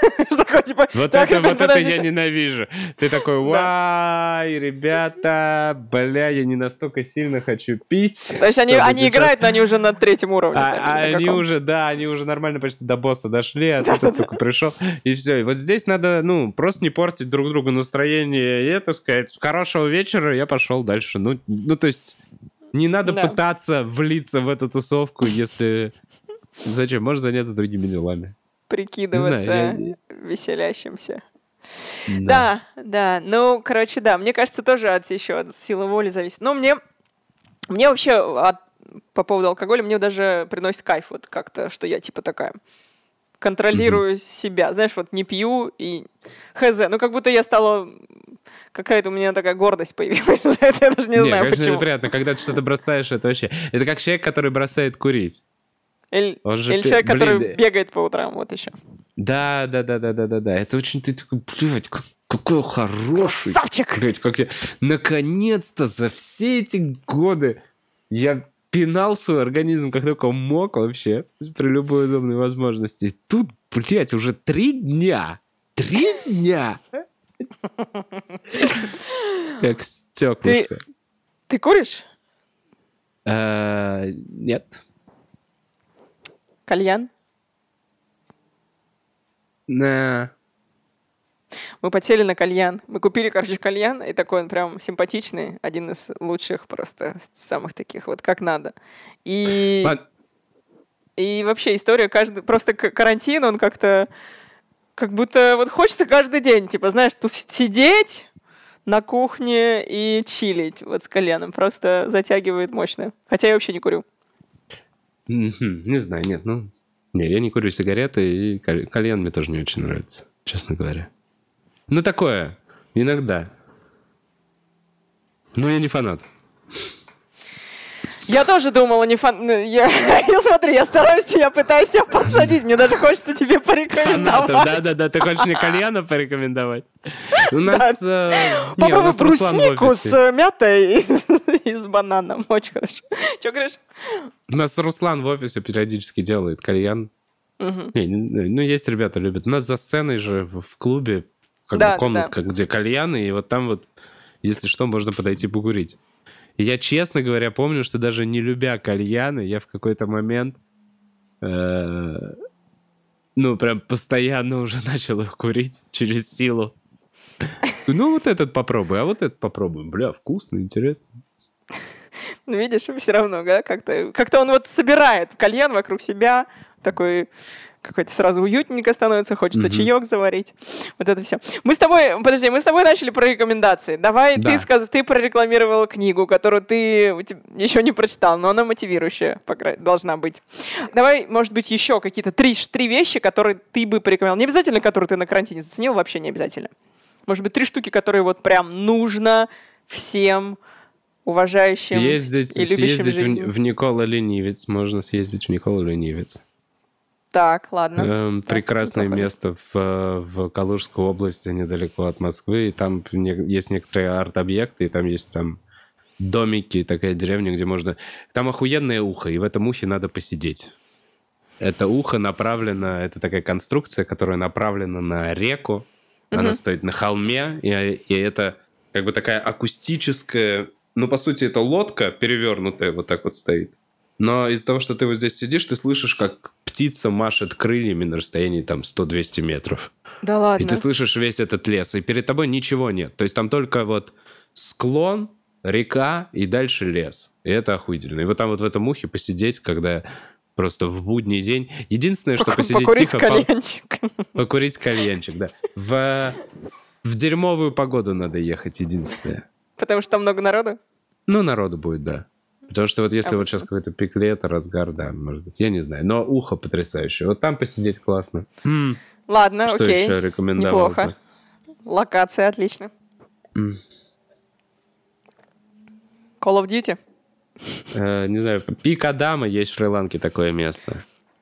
C: Вот это я ненавижу. Ты такой: вай, ребята, бля, я не настолько сильно хочу пить.
B: То есть они играют, но они уже на 3-м уровне.
C: Они уже нормально почти до босса дошли, а ты только пришел, и все. И вот здесь надо, просто не портить друг другу настроение, и, так сказать, хорошего вечера, я пошел дальше. То есть не надо пытаться влиться в эту тусовку, если... Зачем? Можешь заняться другими делами.
B: Прикидываться веселящимся. Да. Ну, короче, да. Мне кажется, тоже от силы воли зависит. Но мне вообще по поводу алкоголя, мне даже приносит кайф вот как-то, что я типа такая контролирую себя. Знаешь, вот не пью и хз. Ну, как будто я стала... Какая-то у меня такая гордость появилась за это, я даже не знаю,
C: конечно,
B: почему.
C: Неприятно, когда ты что-то бросаешь, это вообще... Это как человек, который бросает курить.
B: Или человек, который бегает по утрам, вот еще. Да.
C: Это очень... Ты такой: блядь, какой хороший.
B: Красавчик!
C: Блядь, как я... Наконец-то за все эти годы я пинал свой организм как только мог вообще, при любой удобной возможности. Тут, блядь, уже 3 дня. 3 дня! Как стеклышко.
B: Ты куришь?
C: Нет.
B: Кальян?
C: Мы
B: подсели на кальян. Мы купили, кальян, и такой он прям симпатичный. Один из лучших просто, самых таких, вот как надо. И вообще история просто карантин, он как-то... Как будто вот хочется каждый день, типа, знаешь, тут сидеть на кухне и чилить вот с кальяном. Просто затягивает мощно. Хотя я вообще не курю.
C: Не знаю, нет, Не, я не курю сигареты, и кальян мне тоже не очень нравится, честно говоря. Такое, иногда. Но я не фанат.
B: Я тоже думала, не смотри, я стараюсь, я пытаюсь тебя подсадить. Мне даже хочется тебе порекомендовать.
C: Фанатов, да. Ты хочешь мне кальянов порекомендовать? У нас...
B: Попробуй бруснику с мятой и с бананом. Очень хорошо. Что говоришь?
C: У нас Руслан в офисе периодически делает кальян. Есть ребята любят. У нас за сценой же в клубе комнатка, где кальяны, и вот там вот, если что, можно подойти покурить. И я, честно говоря, помню, что даже не любя кальяны, я в какой-то момент прям постоянно уже начал их курить через силу. Вот этот попробуй, а вот этот попробуй. Бля, вкусно, интересно.
B: Видишь, все равно, да, как-то он вот собирает кальян вокруг себя, такой... Какой-то сразу уютненько становится, хочется чаек заварить. Вот это все. Мы с тобой начали про рекомендации. Давай, да. Ты прорекламировал книгу, которую ты еще не прочитал, но она мотивирующая должна быть. Давай, может быть, еще какие-то 3 вещи, которые ты бы порекомендовал. Не обязательно, которые ты на карантине заценил, вообще не обязательно. Может быть, 3 штуки, которые вот прям нужно всем уважающим и любящим жизнь.
C: Съездить в Никола Ленивец. Можно съездить в Никола Ленивец.
B: Так, ладно.
C: Прекрасное место в Калужской области, недалеко от Москвы. И там есть некоторые арт-объекты, и там есть домики, такая деревня, где можно... Там охуенное ухо, и в этом ухе надо посидеть. Это ухо направлено... Это такая конструкция, которая направлена на реку. Она стоит на холме, и это как бы такая акустическая... по сути, это лодка перевернутая вот так вот стоит. Но из-за того, что ты вот здесь сидишь, ты слышишь, как птица машет крыльями на расстоянии 100-200 метров.
B: Да ладно.
C: И ты слышишь весь этот лес, и перед тобой ничего нет. То есть там только вот склон, река и дальше лес. И это охуительно. И вот там вот в этом ухе посидеть, когда просто в будний день. Единственное, что посидеть
B: покурить
C: тихо...
B: кальянчик.
C: Покурить кальянчик, да. В дерьмовую погоду надо ехать, единственное.
B: Потому что там много народу?
C: Ну, народу будет, да. Потому что вот если вот сейчас какой-то пик лета, разгар, да, может быть, я не знаю. Но ухо потрясающее. Вот там посидеть классно.
B: Ладно,
C: что
B: окей.
C: еще рекомендовал?
B: Неплохо. Локация, отлично. Call of Duty?
C: Не знаю, Пик Адама есть в Шри-Ланке такое место.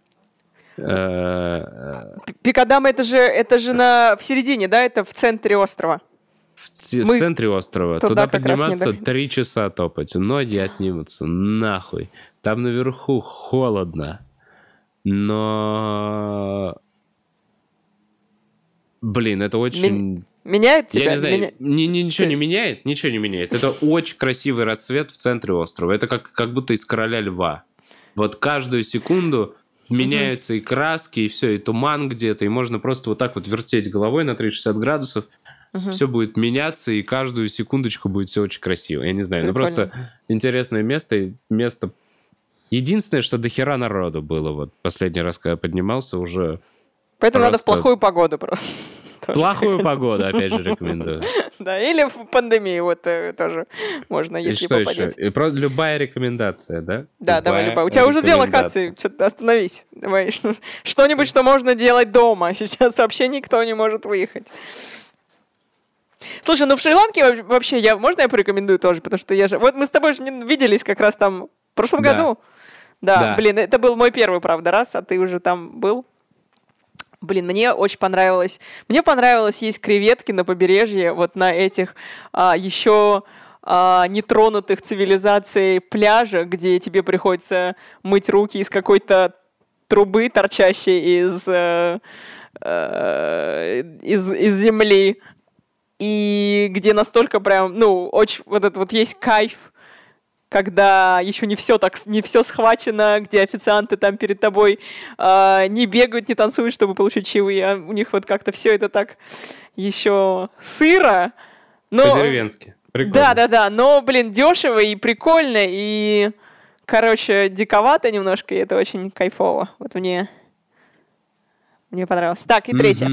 B: Пик Адама это же в середине, да? Это в центре острова.
C: В центре острова. Туда подниматься 3 часа топать. Ноги отнимутся. Нахуй. Там наверху холодно. Но... Блин, это очень...
B: Меняет тебя?
C: Я не знаю, ничего не меняет, ничего не меняет. Это очень красивый рассвет в центре острова. Это как будто из «Короля льва». Вот каждую секунду меняются и краски, и все, и туман где-то, и можно просто вот так вот вертеть головой на 360 градусов. Все будет меняться, и каждую секундочку будет все очень красиво. Я не знаю,
B: прикольно.
C: Просто интересное место. Единственное, что дохера народу было. Вот последний раз, когда я поднимался, уже...
B: Поэтому надо в плохую погоду просто.
C: Плохую погоду, опять же, рекомендую.
B: Да, или в пандемии вот тоже можно, если попадете.
C: И просто любая рекомендация, да?
B: Да, давай любая. У тебя уже 2 локации, что-то остановись. Давай что-нибудь, что можно делать дома. Сейчас вообще никто не может выехать. Слушай, в Шри-Ланке вообще, можно я порекомендую тоже? Потому что вот мы с тобой же виделись как раз там в прошлом году. Да, блин, это был мой первый, правда, раз, а ты уже там был. Блин, мне очень понравилось. Мне понравилось есть креветки на побережье, вот на этих еще нетронутых цивилизацией пляжах, где тебе приходится мыть руки из какой-то трубы, торчащей из земли, и где настолько прям, очень вот этот вот есть кайф, когда еще не все схвачено, где официанты там перед тобой не бегают, не танцуют, чтобы получить чаевые, а у них вот как-то все это так еще сыро.
C: По-деревенски. Прикольно.
B: Да, но, блин, дешево и прикольно, и, короче, диковато немножко, и это очень кайфово. Вот мне понравилось. Так, и третье.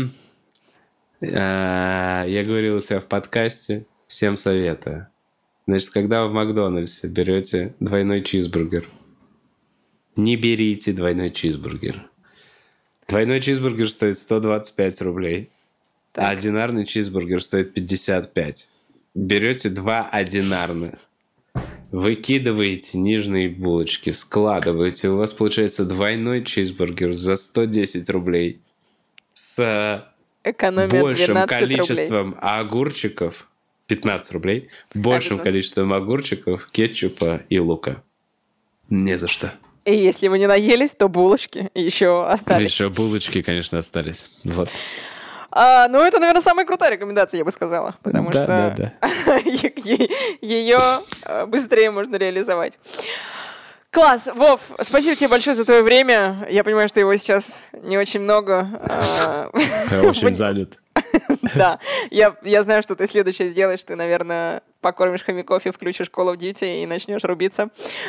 C: Я говорил у себя в подкасте, всем советую. Значит, когда вы в Макдональдсе берете двойной чизбургер, не берите двойной чизбургер. Двойной чизбургер стоит 125 рублей, а одинарный чизбургер стоит 55. Берете 2 одинарных, выкидываете нижние булочки, складываете, у вас получается двойной чизбургер за 110 рублей с большим количеством огурчиков, 15 рублей, большим количеством огурчиков, кетчупа и лука. Не за что.
B: И если вы не наелись, то булочки еще остались.
C: Еще булочки, конечно, остались. Вот.
B: Это, наверное, самая крутая рекомендация, я бы сказала. Потому что ее быстрее можно реализовать. Класс! Вов, спасибо тебе большое за твое время. Я понимаю, что его сейчас не очень много.
C: Я очень занят.
B: Да. Я знаю, что ты следующее сделаешь. Ты, наверное, покормишь хомяков и включишь Call of Duty и начнешь рубиться.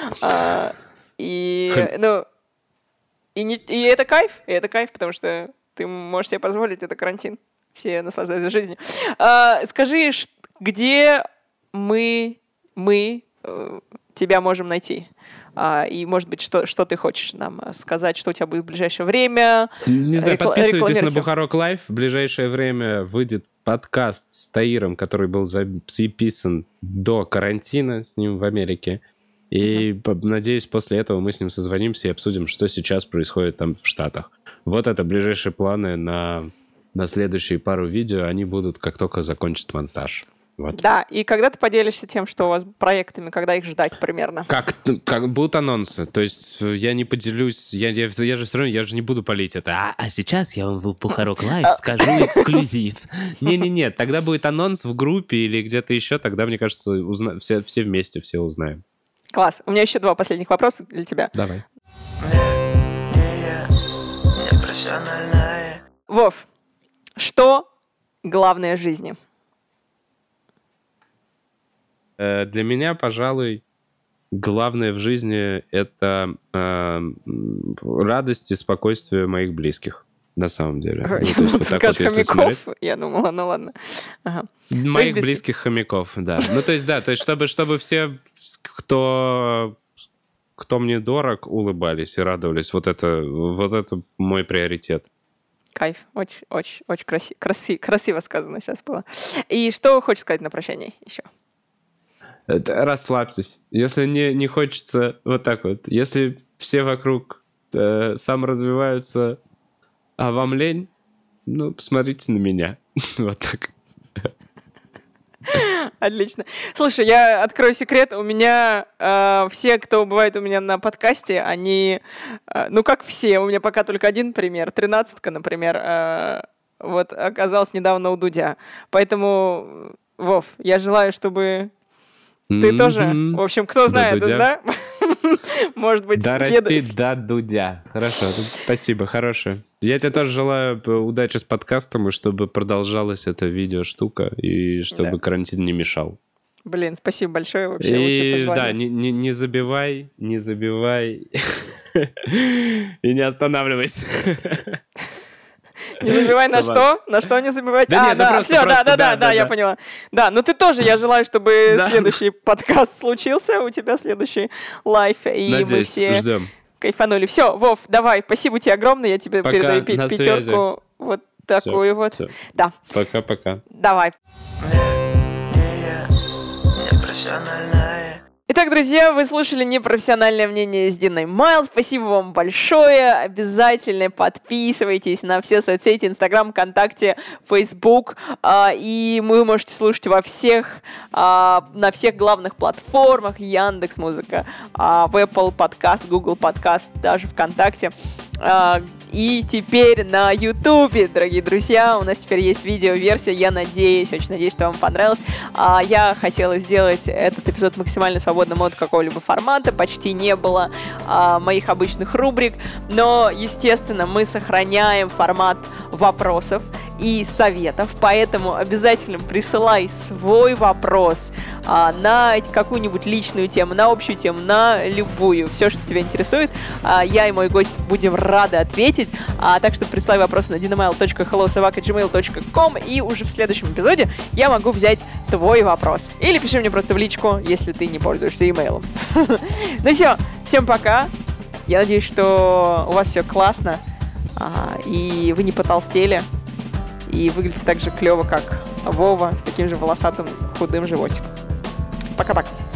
B: И это кайф, потому что ты можешь себе позволить, это карантин. Все наслаждаются жизнью. Скажи, где мы тебя можем найти? И, может быть, что ты хочешь нам сказать, что у тебя будет в ближайшее время?
C: Не знаю, подписывайтесь на Бухарок Лайв. В ближайшее время выйдет подкаст с Таиром, который был записан до карантина с ним в Америке. И, надеюсь, после этого мы с ним созвонимся и обсудим, что сейчас происходит там в Штатах. Вот это ближайшие планы на следующие пару видео. Они будут, как только закончит монтаж. Вот.
B: Да, и когда ты поделишься тем, что у вас проектами, когда их ждать примерно?
C: Как будут анонсы. То есть я не поделюсь, я же все равно, я же не буду палить это. А сейчас я вам в Бухарок Лайв скажу эксклюзив. Не-не-не, тогда будет анонс в группе или где-то еще, тогда, мне кажется, все вместе все узнаем.
B: Класс. У меня еще 2 последних вопроса для тебя.
C: Давай.
B: Вов, что главное в жизни?
C: для меня, пожалуй, главное в жизни — это радость и спокойствие моих близких, на самом деле.
B: Ты скажешь хомяков? Я думала, ну ладно.
C: Моих близких хомяков, да. То есть чтобы все, кто мне дорог, улыбались и радовались. Вот это мой приоритет.
B: Кайф. Очень красиво сказано сейчас было. И что хочешь сказать на прощание еще?
C: Расслабьтесь. Если не хочется вот так вот. Если все вокруг саморазвиваются, а вам лень, посмотрите на меня. Вот так.
B: Отлично. Слушай, я открою секрет. У меня все, кто бывает у меня на подкасте, они... как все. У меня пока только один пример. 13-ка, например, оказалась недавно у Дудя. Поэтому, Вов, я желаю, чтобы ты тоже... В общем, кто знает, да? Может быть,
C: дорасти до Дудя. Хорошо, спасибо, хорошее. Я тебе тоже желаю удачи с подкастом, и чтобы продолжалась эта видеоштука, и чтобы карантин не мешал.
B: Блин, спасибо большое вообще. И
C: да, не забивай, и не останавливайся.
B: Не забивай на что? На что не забивать? Все, да, я поняла. Да, ты тоже, я желаю, чтобы следующий подкаст случился, у тебя следующий лайф, и мы все кайфанули. Все, Вов, давай, спасибо тебе огромное, я тебе передаю пятерку вот такую вот. Да.
C: Пока-пока.
B: Давай. Итак, друзья, вы слушали «Непрофессиональное мнение» с Диной Майл. Спасибо вам большое. Обязательно подписывайтесь на все соцсети: Инстаграм, ВКонтакте, Фейсбук. И вы можете слушать на всех главных платформах: Яндекс.Музыка, в Apple Podcast, Google Podcast, даже ВКонтакте. И теперь на Ютубе, дорогие друзья, у нас теперь есть видеоверсия. Я очень надеюсь, что вам понравилось. Я хотела сделать этот эпизод максимально свободным от какого-либо формата. Почти не было моих обычных рубрик. Но, естественно, мы сохраняем формат вопросов и советов. Поэтому обязательно присылай свой вопрос на какую-нибудь личную тему, на общую тему, на любую. Все, что тебя интересует, я и мой гость будем рады ответить. Так что присылай вопрос на dinamail.hello@gmail.com, и уже в следующем эпизоде я могу взять твой вопрос. Или пиши мне просто в личку, если ты не пользуешься имейлом. Ну все, всем пока. Я надеюсь, что у вас все классно, и вы не потолстели, и выглядите так же клево, как Вова, с таким же волосатым худым животиком. Пока-пока.